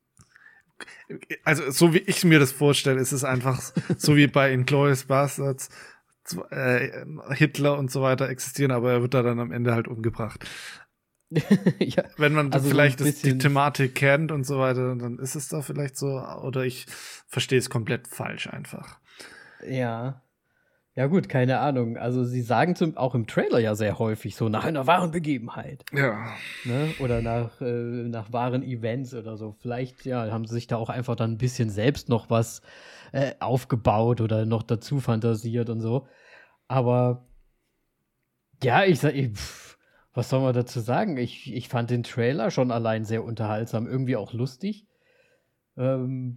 also so wie ich mir das vorstelle, ist es einfach so wie bei Inglourious Basterds, äh, Hitler und so weiter existieren, aber er wird da dann am Ende halt umgebracht. Ja, wenn man also vielleicht so das, die Thematik kennt und so weiter, dann ist es da vielleicht so, oder ich verstehe es komplett falsch einfach. Ja. Ja gut, keine Ahnung. Also sie sagen zum, auch im Trailer ja sehr häufig so, nach einer wahren Begebenheit. Ja. Ne? Oder nach, äh, nach wahren Events oder so. Vielleicht, ja, haben sie sich da auch einfach dann ein bisschen selbst noch was äh, aufgebaut oder noch dazu fantasiert und so. Aber ja, ich sag, ich, pff, was soll man dazu sagen? Ich, ich fand den Trailer schon allein sehr unterhaltsam, irgendwie auch lustig. Ähm,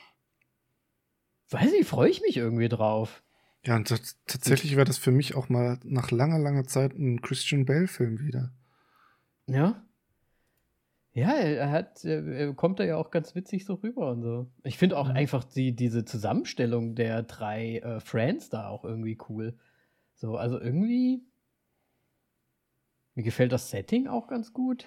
weiß ich, freue ich mich irgendwie drauf. Ja, und t- tatsächlich wäre das für mich auch mal nach langer, langer Zeit ein Christian Bale-Film wieder. Ja. Ja, er hat, er kommt da ja auch ganz witzig so rüber und so. Ich finde auch mhm. einfach die, diese Zusammenstellung der drei äh, Friends da auch irgendwie cool. So, also irgendwie, mir gefällt das Setting auch ganz gut.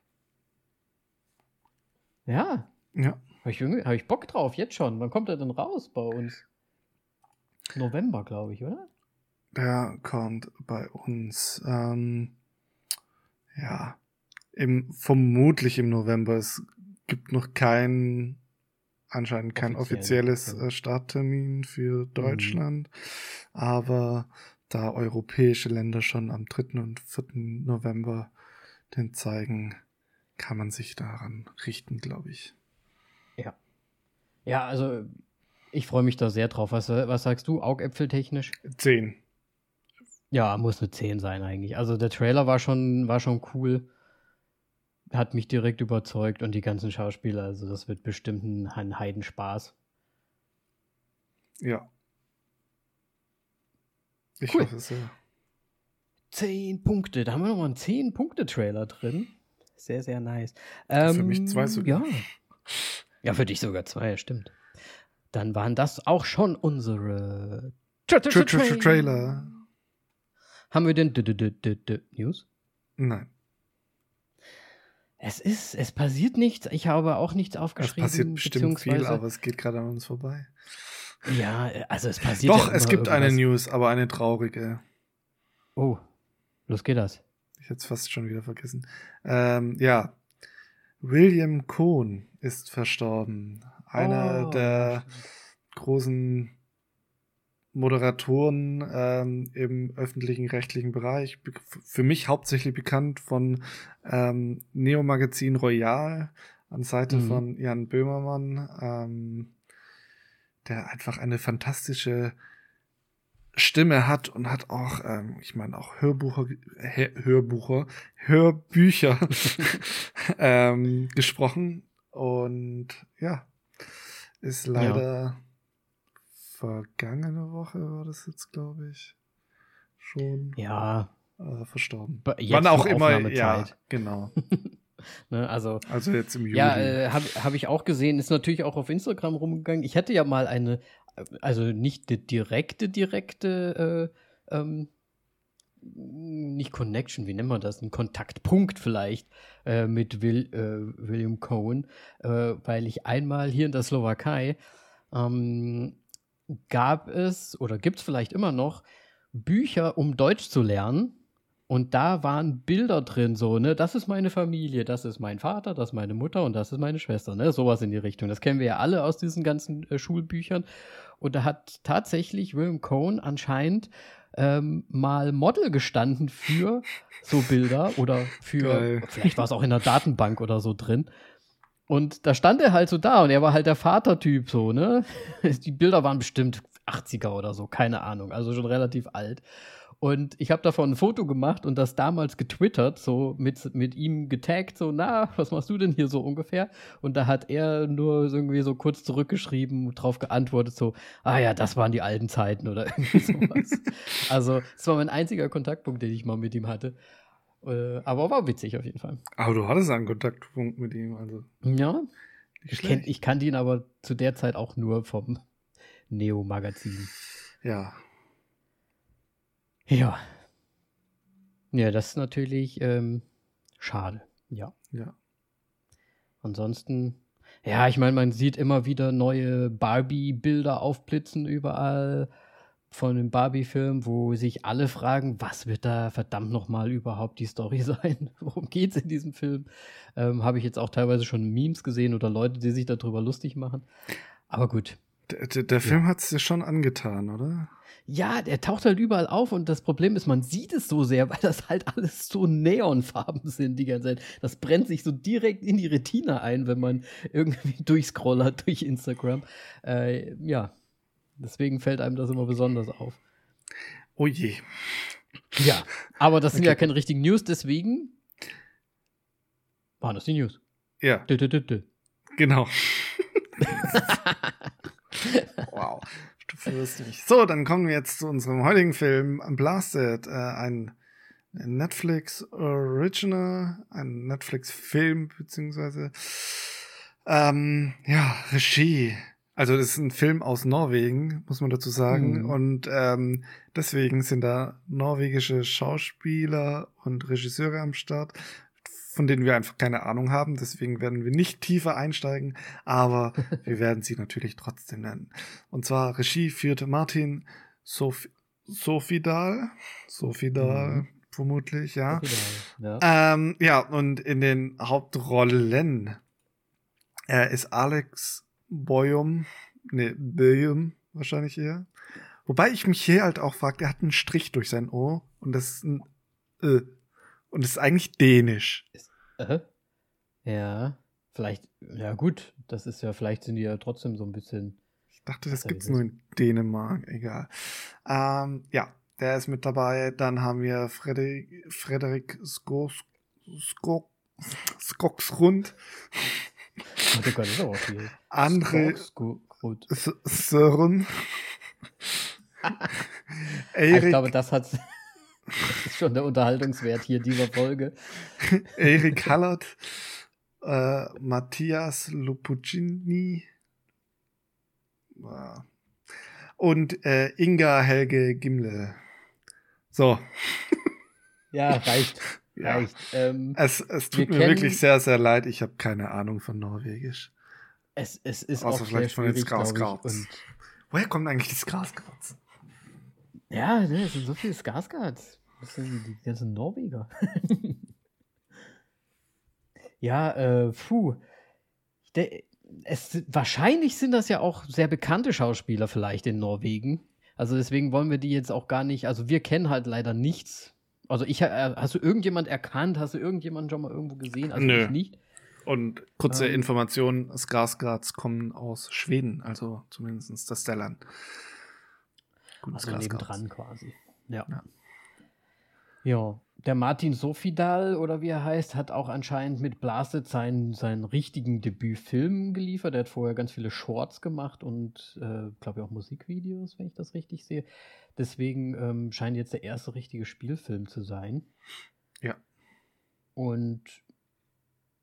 Ja. Ja. Habe ich, hab ich Bock drauf, jetzt schon. Wann kommt er denn raus bei uns? November, glaube ich, oder? Der kommt bei uns, ähm, ja, im, vermutlich im November. Es gibt noch kein, anscheinend kein Offiziell, offizielles okay. Starttermin für Deutschland, mhm. aber da europäische Länder schon am dritten und vierten November den zeigen, kann man sich daran richten, glaube ich. Ja. Ja, also ich freue mich da sehr drauf. Was, was sagst du, augäpfeltechnisch? Zehn. Ja, muss eine zehn sein eigentlich. Also der Trailer war schon, war schon cool. Hat mich direkt überzeugt und die ganzen Schauspieler. Also das wird bestimmt ein, ein Heidenspaß. Ja. Ich cool. hoffe es sehr. Zehn Punkte. Da haben wir nochmal einen zehn-Punkte-Trailer drin. Sehr, sehr nice. Ähm, für ähm, mich zwei sogar. Ja. Ja, für dich sogar zwei, stimmt. Dann waren das auch schon unsere Trailer. Haben wir denn News? Nein. Es ist, es passiert nichts. Ich habe auch nichts aufgeschrieben. Es passiert bestimmt viel, aber es geht gerade an uns vorbei. Ja, also es passiert Doch, ja es gibt irgendwas. eine News, aber eine traurige. Oh, los geht das. Ich hätte es fast schon wieder vergessen. Ähm, ja, William Cohn ist verstorben. Einer oh, der stimmt. großen Moderatoren ähm, im öffentlichen rechtlichen Bereich. Be- für mich hauptsächlich bekannt von ähm, Neo Magazin Royal an Seite mhm. von Jan Böhmermann, ähm, der einfach eine fantastische Stimme hat und hat auch, ähm, ich meine auch Hörbucher, Hörbucher, Hörbücher ähm, gesprochen und ja, ist leider ja. vergangene Woche war das jetzt, glaube ich, schon ja äh, verstorben. Jetzt Wann auch immer, ja, genau. Ne, also, also jetzt im Juli. Ja, äh, habe hab ich auch gesehen, ist natürlich auch auf Instagram rumgegangen. Ich hätte ja mal eine, also nicht die direkte, direkte, äh, ähm, nicht Connection, wie nennt man das? Ein Kontaktpunkt vielleicht äh, mit Will, äh, William Cohen, äh, weil ich einmal hier in der Slowakei ähm, gab es oder gibt es vielleicht immer noch Bücher, um Deutsch zu lernen. Und da waren Bilder drin, so, ne, das ist meine Familie, das ist mein Vater, das ist meine Mutter und das ist meine Schwester, ne, sowas in die Richtung. Das kennen wir ja alle aus diesen ganzen äh, Schulbüchern. Und da hat tatsächlich William Cohen anscheinend ähm, mal Model gestanden für so Bilder oder für, Geil. vielleicht war es auch in der Datenbank oder so drin. Und da stand er halt so da und er war halt der Vatertyp so, ne? Die Bilder waren bestimmt achtziger oder so, keine Ahnung, also schon relativ alt. Und ich habe davon ein Foto gemacht und das damals getwittert, so mit, mit ihm getaggt, so, na, was machst du denn hier so ungefähr? Und da hat er nur so irgendwie so kurz zurückgeschrieben und drauf geantwortet, so, ah ja, das waren die alten Zeiten oder irgendwie sowas. Also, das war mein einziger Kontaktpunkt, den ich mal mit ihm hatte. Äh, aber war witzig auf jeden Fall. Aber du hattest einen Kontaktpunkt mit ihm, also. Ja, Nicht ich, kenn, schlecht. ich kannte ihn aber zu der Zeit auch nur vom Neo-Magazin. Ja. Ja. Ja, das ist natürlich ähm, schade. Ja. Ja. Ansonsten, ja, ich meine, man sieht immer wieder neue Barbie-Bilder aufblitzen überall von dem Barbie-Film, wo sich alle fragen, was wird da verdammt nochmal überhaupt die Story sein? Worum geht's in diesem Film? Ähm, Habe ich jetzt auch teilweise schon Memes gesehen oder Leute, die sich darüber lustig machen. Aber gut. Der, der, der Film hat es dir schon angetan, oder? Ja, der taucht halt überall auf und das Problem ist, man sieht es so sehr, weil das halt alles so Neonfarben sind die ganze Zeit. Das brennt sich so direkt in die Retina ein, wenn man irgendwie durchscrollert durch Instagram. Äh, ja, deswegen fällt einem das immer besonders auf. Oh je. Ja, aber das sind Okay. ja keine richtigen News, deswegen waren das die News. Ja, Dö, dö, dö, dö. genau. Wow, du verwirrst mich. So, dann kommen wir jetzt zu unserem heutigen Film Blasted, äh, ein Netflix Original, ein Netflix-Film, beziehungsweise ähm, ja, Regie. Also das ist ein Film aus Norwegen, muss man dazu sagen. Mhm. Und ähm, deswegen sind da norwegische Schauspieler und Regisseure am Start, von denen wir einfach keine Ahnung haben. Deswegen werden wir nicht tiefer einsteigen, aber wir werden sie natürlich trotzdem nennen. Und zwar Regie führte Martin Sof- Sofidal. Sofidal, Mhm. vermutlich, ja. Ja. Ähm, ja, und in den Hauptrollen äh, ist Alex Boyum, ne, Boyum wahrscheinlich eher. Wobei ich mich hier halt auch frage, der hat einen Strich durch sein O und das ist ein Ö. Und das ist eigentlich dänisch. Äh? Ja, vielleicht, ja gut, das ist ja, vielleicht sind die ja trotzdem so ein bisschen. Ich dachte, das Ach, gibt's wie nur das- in Dänemark, egal. Ähm, ja, der ist mit dabei. Dann haben wir Frederik, Frederik Skos, Skok, Skogsrund, Oh Gott, das ist aber viel. André Skog- gut. S- Sören, Ich Erik, glaube, das hat das ist schon der Unterhaltungswert hier dieser Folge. Erik Hallert, äh, Matthias Lupuccini äh, und äh, Inga Helge Gimle. So. Ja, reicht. Ja. Reicht. Ähm, Es, es tut Wir mir kennen- wirklich sehr, sehr leid. Ich habe keine Ahnung von Norwegisch. es, es ist Außer auch vielleicht sehr von den schwierig, glaube ich. Skarsgårds. Und Woher kommt eigentlich das Grasgras? ja, ne, es sind so viele Skarsgårds. Das sind die ganzen Norweger. Ja, äh, puh. Der, es, wahrscheinlich sind das ja auch sehr bekannte Schauspieler vielleicht in Norwegen. Also deswegen wollen wir die jetzt auch gar nicht, also wir kennen halt leider nichts. Also ich, äh, hast du irgendjemand erkannt? Hast du irgendjemanden schon mal irgendwo gesehen? Also Nö. ich nicht. Und kurze Ähm. Information, Skarsgårds kommen aus Schweden, also zumindest das Stellan. Guten Also Skarsgårds. nebendran quasi. Ja. Ja. Ja. Der Martin Sofidal, oder wie er heißt, hat auch anscheinend mit Blasted seinen, seinen richtigen Debütfilm geliefert. Er hat vorher ganz viele Shorts gemacht und, äh, glaube ich, auch Musikvideos, wenn ich das richtig sehe. Deswegen ähm, scheint jetzt der erste richtige Spielfilm zu sein. Ja. Und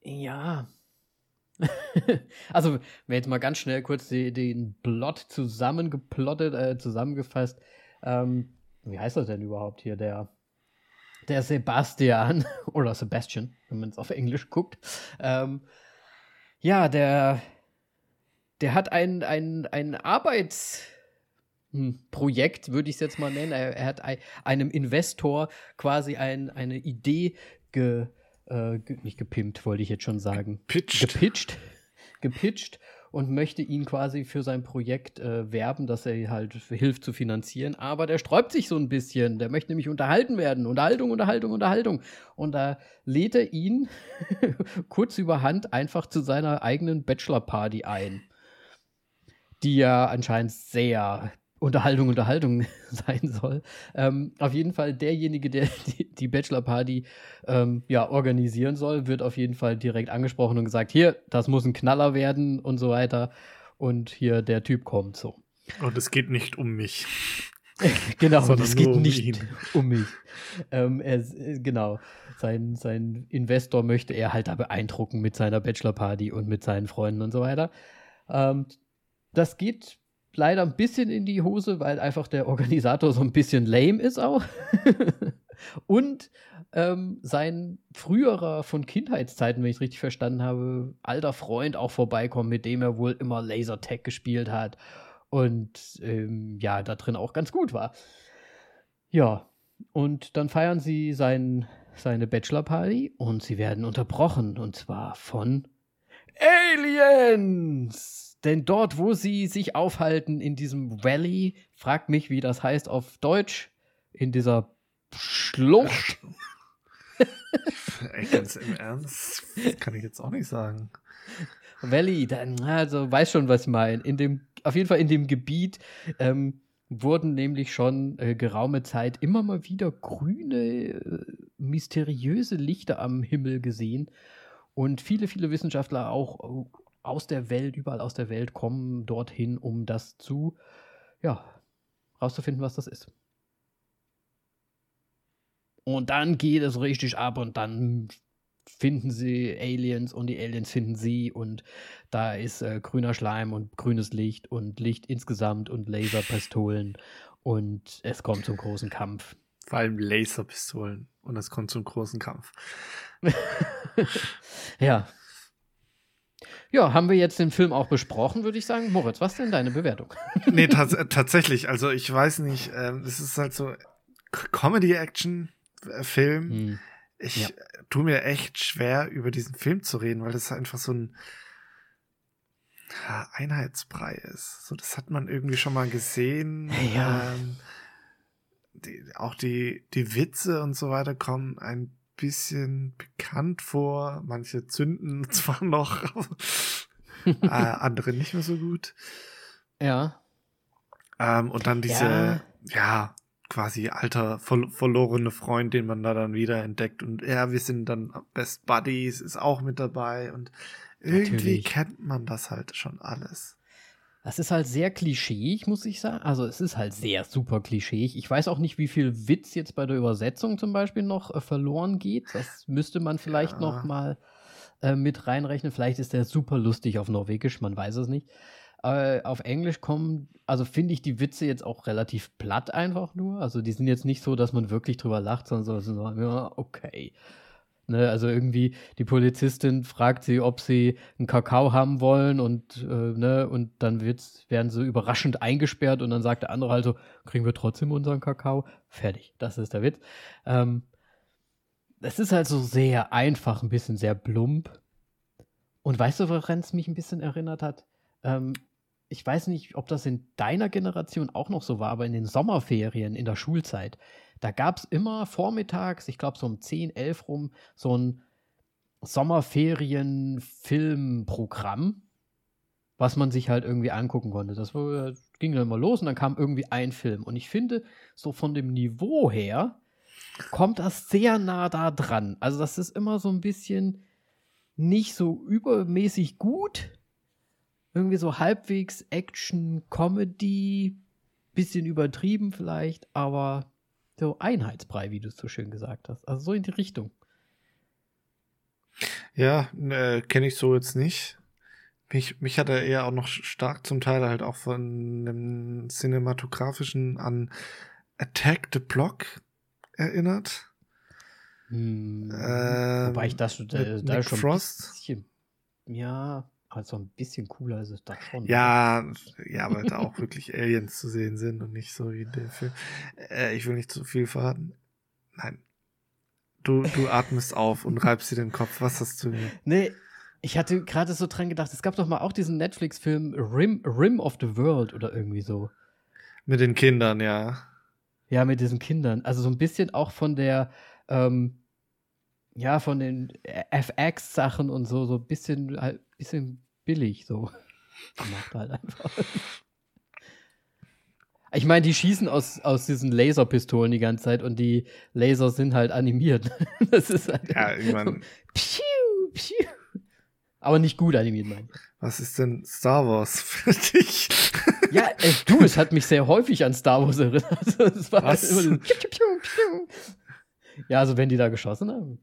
Ja. Also, wenn jetzt mal ganz schnell kurz die, den Plot zusammengeplottet, äh, zusammengefasst. Ähm, wie heißt das denn überhaupt hier? Der, der Sebastian oder Sebastian, wenn man es auf Englisch guckt. Ähm, ja, der, der hat ein, ein, ein Arbeitsprojekt, würde ich es jetzt mal nennen. Er, er hat ein, einem Investor quasi ein, eine Idee ge, äh, ge, nicht gepimpt, wollte ich jetzt schon sagen. Pitched. Gepitcht. Gepitcht und möchte ihn quasi für sein Projekt äh, werben, dass er halt hilft zu finanzieren. Aber der sträubt sich so ein bisschen. Der möchte nämlich unterhalten werden. Unterhaltung, Unterhaltung, Unterhaltung. Und da lädt er ihn kurz überhand einfach zu seiner eigenen Bachelor-Party ein, die ja anscheinend sehr Unterhaltung, Unterhaltung sein soll. Ähm, auf jeden Fall derjenige, der die, die Bachelor-Party ähm, ja, organisieren soll, wird auf jeden Fall direkt angesprochen und gesagt, hier, das muss ein Knaller werden und so weiter. Und hier, der Typ kommt so. Und es geht nicht um mich. Genau, es geht um nicht ihn. um mich. Ähm, er, genau, sein, sein Investor möchte er halt da beeindrucken mit seiner Bachelor-Party und mit seinen Freunden und so weiter. Ähm, das geht leider ein bisschen in die Hose, weil einfach der Organisator so ein bisschen lame ist auch. Und ähm, sein früherer von Kindheitszeiten, wenn ich es richtig verstanden habe, alter Freund auch vorbeikommt, mit dem er wohl immer Lasertag gespielt hat und ähm, ja, da drin auch ganz gut war. Ja, und dann feiern sie sein, seine Bachelor-Party und sie werden unterbrochen, und zwar von Aliens! Denn dort, wo sie sich aufhalten, in diesem Valley, fragt mich, wie das heißt auf Deutsch, in dieser Schlucht. Ey, ganz im Ernst? Das kann ich jetzt auch nicht sagen. Valley, dann, also weiß schon, was ich meine. In dem, auf jeden Fall in dem Gebiet ähm, wurden nämlich schon äh, geraume Zeit immer mal wieder grüne, äh, mysteriöse Lichter am Himmel gesehen. Und viele, viele Wissenschaftler auch aus der Welt, überall aus der Welt, kommen dorthin, um das zu, ja, rauszufinden, was das ist. Und dann geht es richtig ab und dann finden sie Aliens und die Aliens finden sie und da ist äh, grüner Schleim und grünes Licht und Licht insgesamt und Laserpistolen und es kommt zum großen Kampf. Vor allem Laserpistolen und es kommt zum großen Kampf. Ja. Ja, haben wir jetzt den Film auch besprochen, würde ich sagen. Moritz, was ist denn deine Bewertung? Nee, tats- tatsächlich. Also ich weiß nicht, ähm, es ist halt so Comedy-Action-Film. Hm. Ich Ja. tue mir echt schwer, über diesen Film zu reden, weil das einfach so ein ja, Einheitsbrei ist. So, das hat man irgendwie schon mal gesehen. Ja. Ähm, die, auch die, die Witze und so weiter kommen ein bisschen bekannt vor. Manche zünden zwar noch, äh, andere nicht mehr so gut. Ja. Ähm, und dann diese, Ja. ja, quasi alter, ver verlorene Freund, den man da dann wieder entdeckt. Und ja, wir sind dann Best Buddies, ist auch mit dabei. Und irgendwie Natürlich. kennt man das halt schon alles. Das ist halt sehr klischeeig, muss ich sagen. Also es ist halt sehr super klischeeig. Ich weiß auch nicht, wie viel Witz jetzt bei der Übersetzung zum Beispiel noch äh, verloren geht. Das müsste man vielleicht Ja. noch mal äh, mit reinrechnen. Vielleicht ist der super lustig auf Norwegisch, man weiß es nicht. Äh, auf Englisch kommen, also finde ich die Witze jetzt auch relativ platt einfach nur. Also die sind jetzt nicht so, dass man wirklich drüber lacht, sondern so, so ja, okay. Ne, also irgendwie die Polizistin fragt sie, ob sie einen Kakao haben wollen und, äh, ne, und dann wird's, werden sie überraschend eingesperrt und dann sagt der andere halt so, kriegen wir trotzdem unseren Kakao? Fertig, das ist der Witz. Ähm, es ist halt so sehr einfach, ein bisschen sehr plump. Und weißt du, woran es mich ein bisschen erinnert hat? Ähm, ich weiß nicht, ob das in deiner Generation auch noch so war, aber in den Sommerferien in der Schulzeit, da gab es immer vormittags, ich glaube so um zehn, elf rum, so ein Sommerferien-Filmprogramm, was man sich halt irgendwie angucken konnte. Das war, ging dann mal los und dann kam irgendwie ein Film. Und ich finde, so von dem Niveau her kommt das sehr nah da dran. Also das ist immer so ein bisschen nicht so übermäßig gut, irgendwie so halbwegs Action, Comedy, bisschen übertrieben vielleicht, aber so Einheitsbrei, wie du es so schön gesagt hast. Also so in die Richtung. Ja, äh, kenne ich so jetzt nicht. Mich, mich hat er eher auch noch stark zum Teil halt auch von dem Cinematografischen an Attack the Block erinnert. Hm, Ähm, wobei ich das, da, mit da Nick schon Frost. ein bisschen, ja, also ein bisschen cooler ist es da schon. Ja, ja, weil da auch wirklich Aliens zu sehen sind und nicht so wie in dem Film. Äh, ich will nicht zu viel verraten. Nein. Du, du atmest auf und reibst dir den Kopf. Was hast du mir? Nee, ich hatte gerade so dran gedacht, es gab doch mal auch diesen Netflix-Film Rim, Rim of the World oder irgendwie so. Mit den Kindern, ja. Ja, mit diesen Kindern. Also so ein bisschen auch von der, ähm, ja, von den F X-Sachen und so, so ein bisschen, halt, bisschen billig so gemacht halt einfach. Ich meine, die schießen aus, aus diesen Laserpistolen die ganze Zeit und die Laser sind halt animiert. Das ist halt Ja, ich meine, piu, piu. Aber nicht gut animiert, meine ich. was ist denn Star Wars für dich? Ja, äh, du, es hat mich sehr häufig an Star Wars erinnert. Also, es war Was? halt immer dieses piu, piu, piu, piu. Ja, also wenn die da geschossen haben.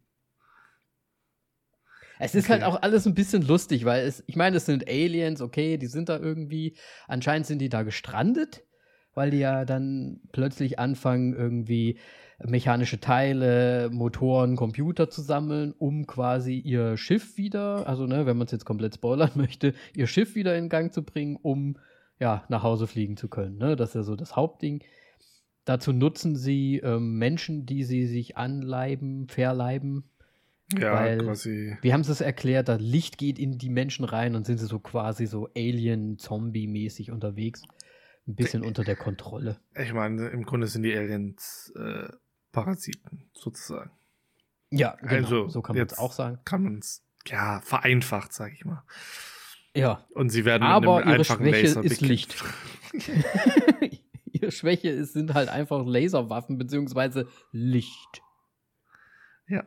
Es ist Okay. halt auch alles ein bisschen lustig, weil es, ich meine, es sind Aliens, okay, die sind da irgendwie, anscheinend sind die da gestrandet, weil die ja dann plötzlich anfangen, irgendwie mechanische Teile, Motoren, Computer zu sammeln, um quasi ihr Schiff wieder, also ne, wenn man es jetzt komplett spoilern möchte, ihr Schiff wieder in Gang zu bringen, um ja nach Hause fliegen zu können. Ne? Das ist ja so das Hauptding. Dazu nutzen sie ähm, Menschen, die sie sich anleiben, verleiben. Ja, weil, quasi. wie haben sie es erklärt, das Licht geht in die Menschen rein und sind sie so quasi so Alien-Zombie-mäßig unterwegs. Ein bisschen unter der Kontrolle. Ich meine, im Grunde sind die Aliens äh, Parasiten, sozusagen. Ja, genau. Also, So kann man es jetzt auch sagen. Kann man es, ja, vereinfacht, sag ich mal. Ja. Und sie werden Aber mit einem ihre einfachen Schwäche Laser ist bekämpft. Licht. Ihre Schwäche ist, sind halt einfach Laserwaffen beziehungsweise Licht. Ja.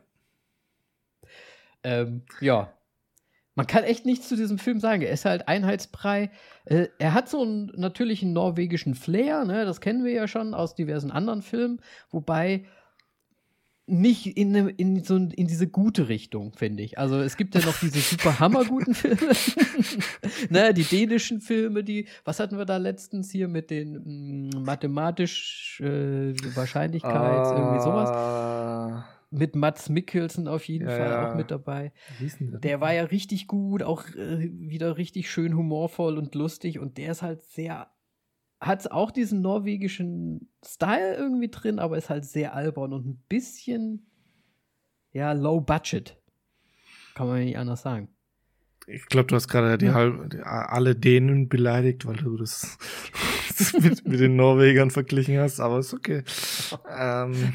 Ähm, ja. Man kann echt nichts zu diesem Film sagen. Er ist halt einheitsbrei. Äh, er hat so einen natürlichen norwegischen Flair, ne? Das kennen wir ja schon aus diversen anderen Filmen. Wobei nicht in, ne, in, so, in diese gute Richtung, finde ich. Also es gibt ja noch diese super hammerguten Filme. Ne, die dänischen Filme, die, was hatten wir da letztens hier mit den mh, mathematisch äh, Wahrscheinlichkeits, uh, irgendwie sowas. Mit Mads Mikkelsen auf jeden ja, Fall ja. auch mit dabei. Wie hieß denn der? Der war ja richtig gut, auch äh, wieder richtig schön humorvoll und lustig und der ist halt sehr, hat auch diesen norwegischen Style irgendwie drin, aber ist halt sehr albern und ein bisschen, ja, low budget. Kann man nicht anders sagen. Ich glaube, du hast gerade die Ja. halb, die, alle Dänen beleidigt, weil du das, das mit, mit den Norwegern verglichen hast, aber ist okay. ähm,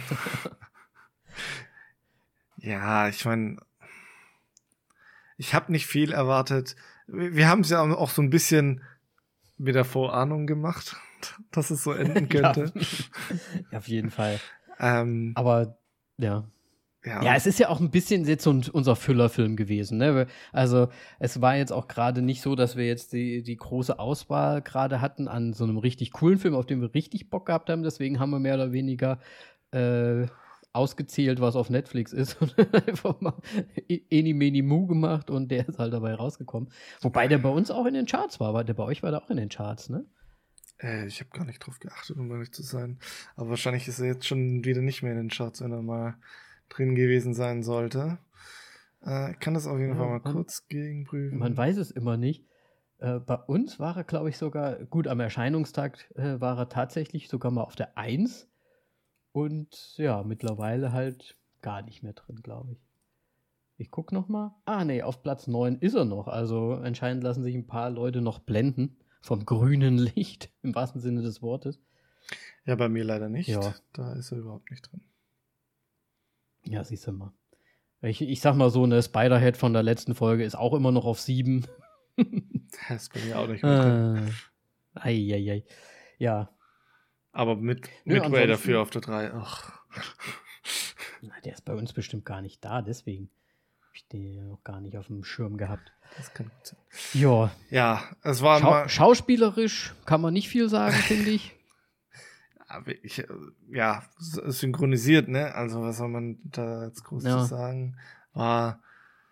ja, ich meine, ich habe nicht viel erwartet. Wir, wir haben es ja auch so ein bisschen mit der Vorahnung gemacht, dass es so enden könnte. Ja, auf jeden Fall. Ähm, aber, ja. Ja. Ja, es ist ja auch ein bisschen jetzt so ein, unser Füllerfilm gewesen. Ne? Also es war jetzt auch gerade nicht so, dass wir jetzt die, die große Auswahl gerade hatten an so einem richtig coolen Film, auf den wir richtig Bock gehabt haben. Deswegen haben wir mehr oder weniger äh, ausgezählt, was auf Netflix ist und einfach mal Eni Meni Mu gemacht und der ist halt dabei rausgekommen. Wobei der bei uns auch in den Charts war. Aber der bei euch war der auch in den Charts, ne? Äh, ich habe gar nicht drauf geachtet, um ehrlich zu sein. Aber wahrscheinlich ist er jetzt schon wieder nicht mehr in den Charts, wenn er mal drin gewesen sein sollte. Äh, ich kann das auf jeden Ja, Fall mal man, kurz gegenprüfen. Man weiß es immer nicht. Äh, bei uns war er, glaube ich, sogar, gut, am Erscheinungstag äh, war er tatsächlich sogar mal auf der eins. Und ja, mittlerweile halt gar nicht mehr drin, glaube ich. Ich gucke noch mal. Ah, nee, auf Platz neun ist er noch. Also anscheinend lassen sich ein paar Leute noch blenden vom grünen Licht, im wahrsten Sinne des Wortes. Ja, bei mir leider nicht. Ja. Da ist er überhaupt nicht drin. Ja, siehst du mal. Ich, ich sag mal so, eine Spider-Head von der letzten Folge ist auch immer noch auf sieben. Das ist bei mir auch nicht mehr drin. Ah, ei, ei, ei. Ja. Aber mit, Nö, mit Ray ansonsten- dafür auf der drei. Ach. Na, der ist bei uns bestimmt gar nicht da, deswegen habe ich den ja noch gar nicht auf dem Schirm gehabt. Das kann gut sein. Ja. Ja, es war Schau mal. schauspielerisch kann man nicht viel sagen, finde ich. Aber ich, äh, ja, s- synchronisiert, ne? Also, was soll man da jetzt groß Ja. zu sagen? War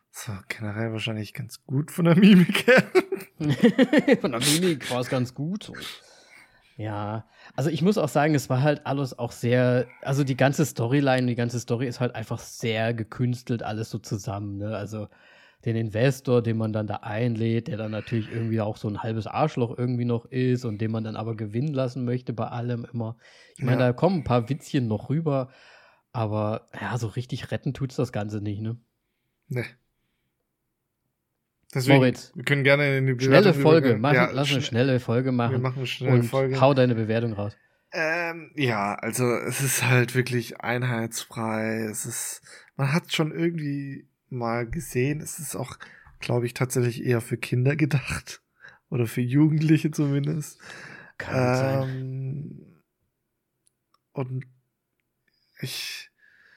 So, generell wahrscheinlich ganz gut von der Mimik her. Von der Mimik war es ganz gut. So. Ja, also ich muss auch sagen, es war halt alles auch sehr, also die ganze Storyline, die ganze Story ist halt einfach sehr gekünstelt, alles so zusammen, ne? Also den Investor, den man dann da einlädt, der dann natürlich irgendwie auch so ein halbes Arschloch irgendwie noch ist und den man dann aber gewinnen lassen möchte bei allem immer. Ich meine, Ja. da kommen ein paar Witzchen noch rüber, aber ja, so richtig retten tut's das Ganze nicht, ne? Nee. Deswegen, Moritz, wir können gerne in die Bewertung schnelle Folge, übergehen. machen, Ja, lass eine schn- schnelle Folge machen. Wir machen eine schnelle und Folge. hau deine Bewertung raus. Ähm, ja, also es ist halt wirklich einheitsfrei. Es ist, man hat schon irgendwie mal gesehen, es ist auch, glaube ich, tatsächlich eher für Kinder gedacht. Oder für Jugendliche zumindest. Kann gut sein. Ähm, und ich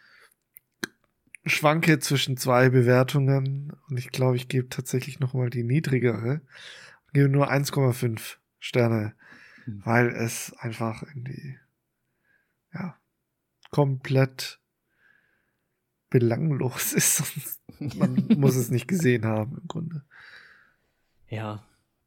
schwanke zwischen zwei Bewertungen und ich glaube, ich gebe tatsächlich nochmal die niedrigere. Ich gebe nur eins Komma fünf Sterne, Hm. weil es einfach irgendwie, ja, komplett belanglos ist. Man muss es nicht gesehen haben im Grunde. Ja.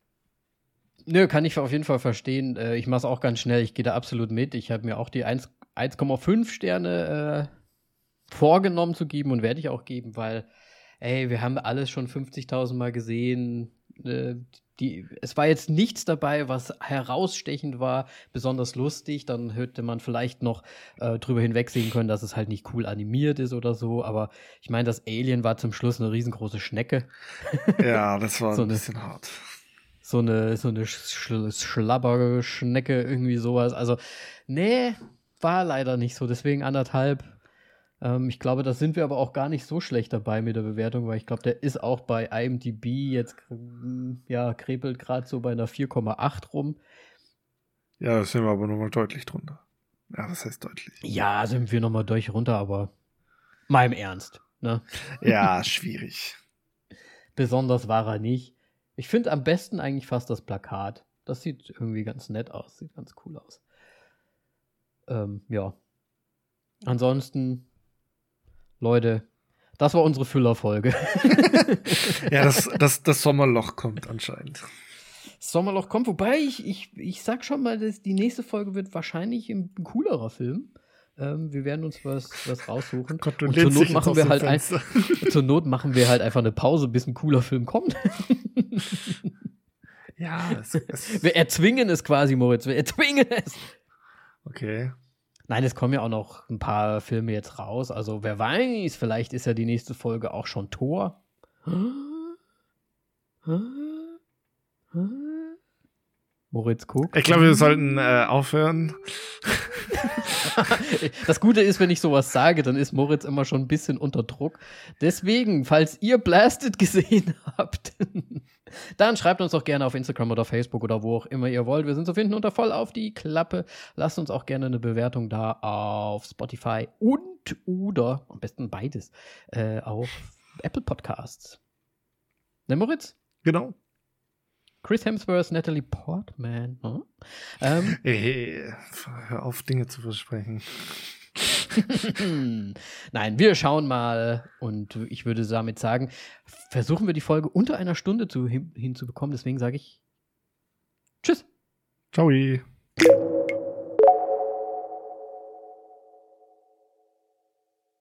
Nö, kann ich auf jeden Fall verstehen. Äh, ich mache es auch ganz schnell. Ich gehe da absolut mit. Ich habe mir auch die eins Komma fünf Sterne äh, vorgenommen zu geben und werde ich auch geben, weil, ey, wir haben alles schon fünfzigtausend Mal gesehen. Äh, die, es war jetzt nichts dabei, was herausstechend war, besonders lustig. Dann hätte man vielleicht noch äh, drüber hinwegsehen können, dass es halt nicht cool animiert ist oder so. Aber ich meine, das Alien war zum Schluss eine riesengroße Schnecke. Ja, das war So ein eine- bisschen hart. So eine, so eine Sch Schlabberschnecke, irgendwie sowas. Also, nee, war leider nicht so. Deswegen anderthalb. Ähm, ich glaube, da sind wir aber auch gar nicht so schlecht dabei mit der Bewertung, weil ich glaube, der ist auch bei IMDb jetzt, mm, ja, krepelt gerade so bei einer vier Komma acht rum. Ja, das sind wir aber nochmal deutlich drunter. Ja, was heißt deutlich? Ja, sind wir nochmal durch runter, aber mal im Ernst, ne? Ja, schwierig. Besonders war er nicht. Ich finde am besten eigentlich fast das Plakat. Das sieht irgendwie ganz nett aus, sieht ganz cool aus. Ähm, ja. Ansonsten, Leute, das war unsere Füllerfolge. Ja, das, das, das Sommerloch kommt anscheinend. Sommerloch kommt, wobei ich, ich, ich sag schon mal, dass die nächste Folge wird wahrscheinlich ein coolerer Film. Ähm, wir werden uns was, was raussuchen. Gott, du Und zur lehnst Not dich machen aus wir dem halt ein, Fenster. zur Not machen wir halt einfach eine Pause, bis ein cooler Film kommt. Ja, es, es, Wir erzwingen es quasi, Moritz. Wir erzwingen es. okay. Nein, es kommen ja auch noch ein paar Filme jetzt raus. Also wer weiß, vielleicht ist ja die nächste Folge auch schon Thor. Moritz guckt. Ich glaube, wir sollten äh, aufhören. Das Gute ist, wenn ich sowas sage, dann ist Moritz immer schon ein bisschen unter Druck. Deswegen, falls ihr Blasted gesehen habt, dann schreibt uns doch gerne auf Instagram oder Facebook oder wo auch immer ihr wollt. Wir sind zu finden unter Voll auf die Klappe. Lasst uns auch gerne eine Bewertung da auf Spotify und oder, am besten beides, äh, auf Apple Podcasts. Ne, Moritz? Genau. Chris Hemsworth, Natalie Portman. Hm? Ähm, Ey, hör auf, Dinge zu versprechen. Nein, wir schauen mal und ich würde damit sagen, versuchen wir die Folge unter einer Stunde zu, hin, hinzubekommen. Deswegen sage ich Tschüss. Ciao.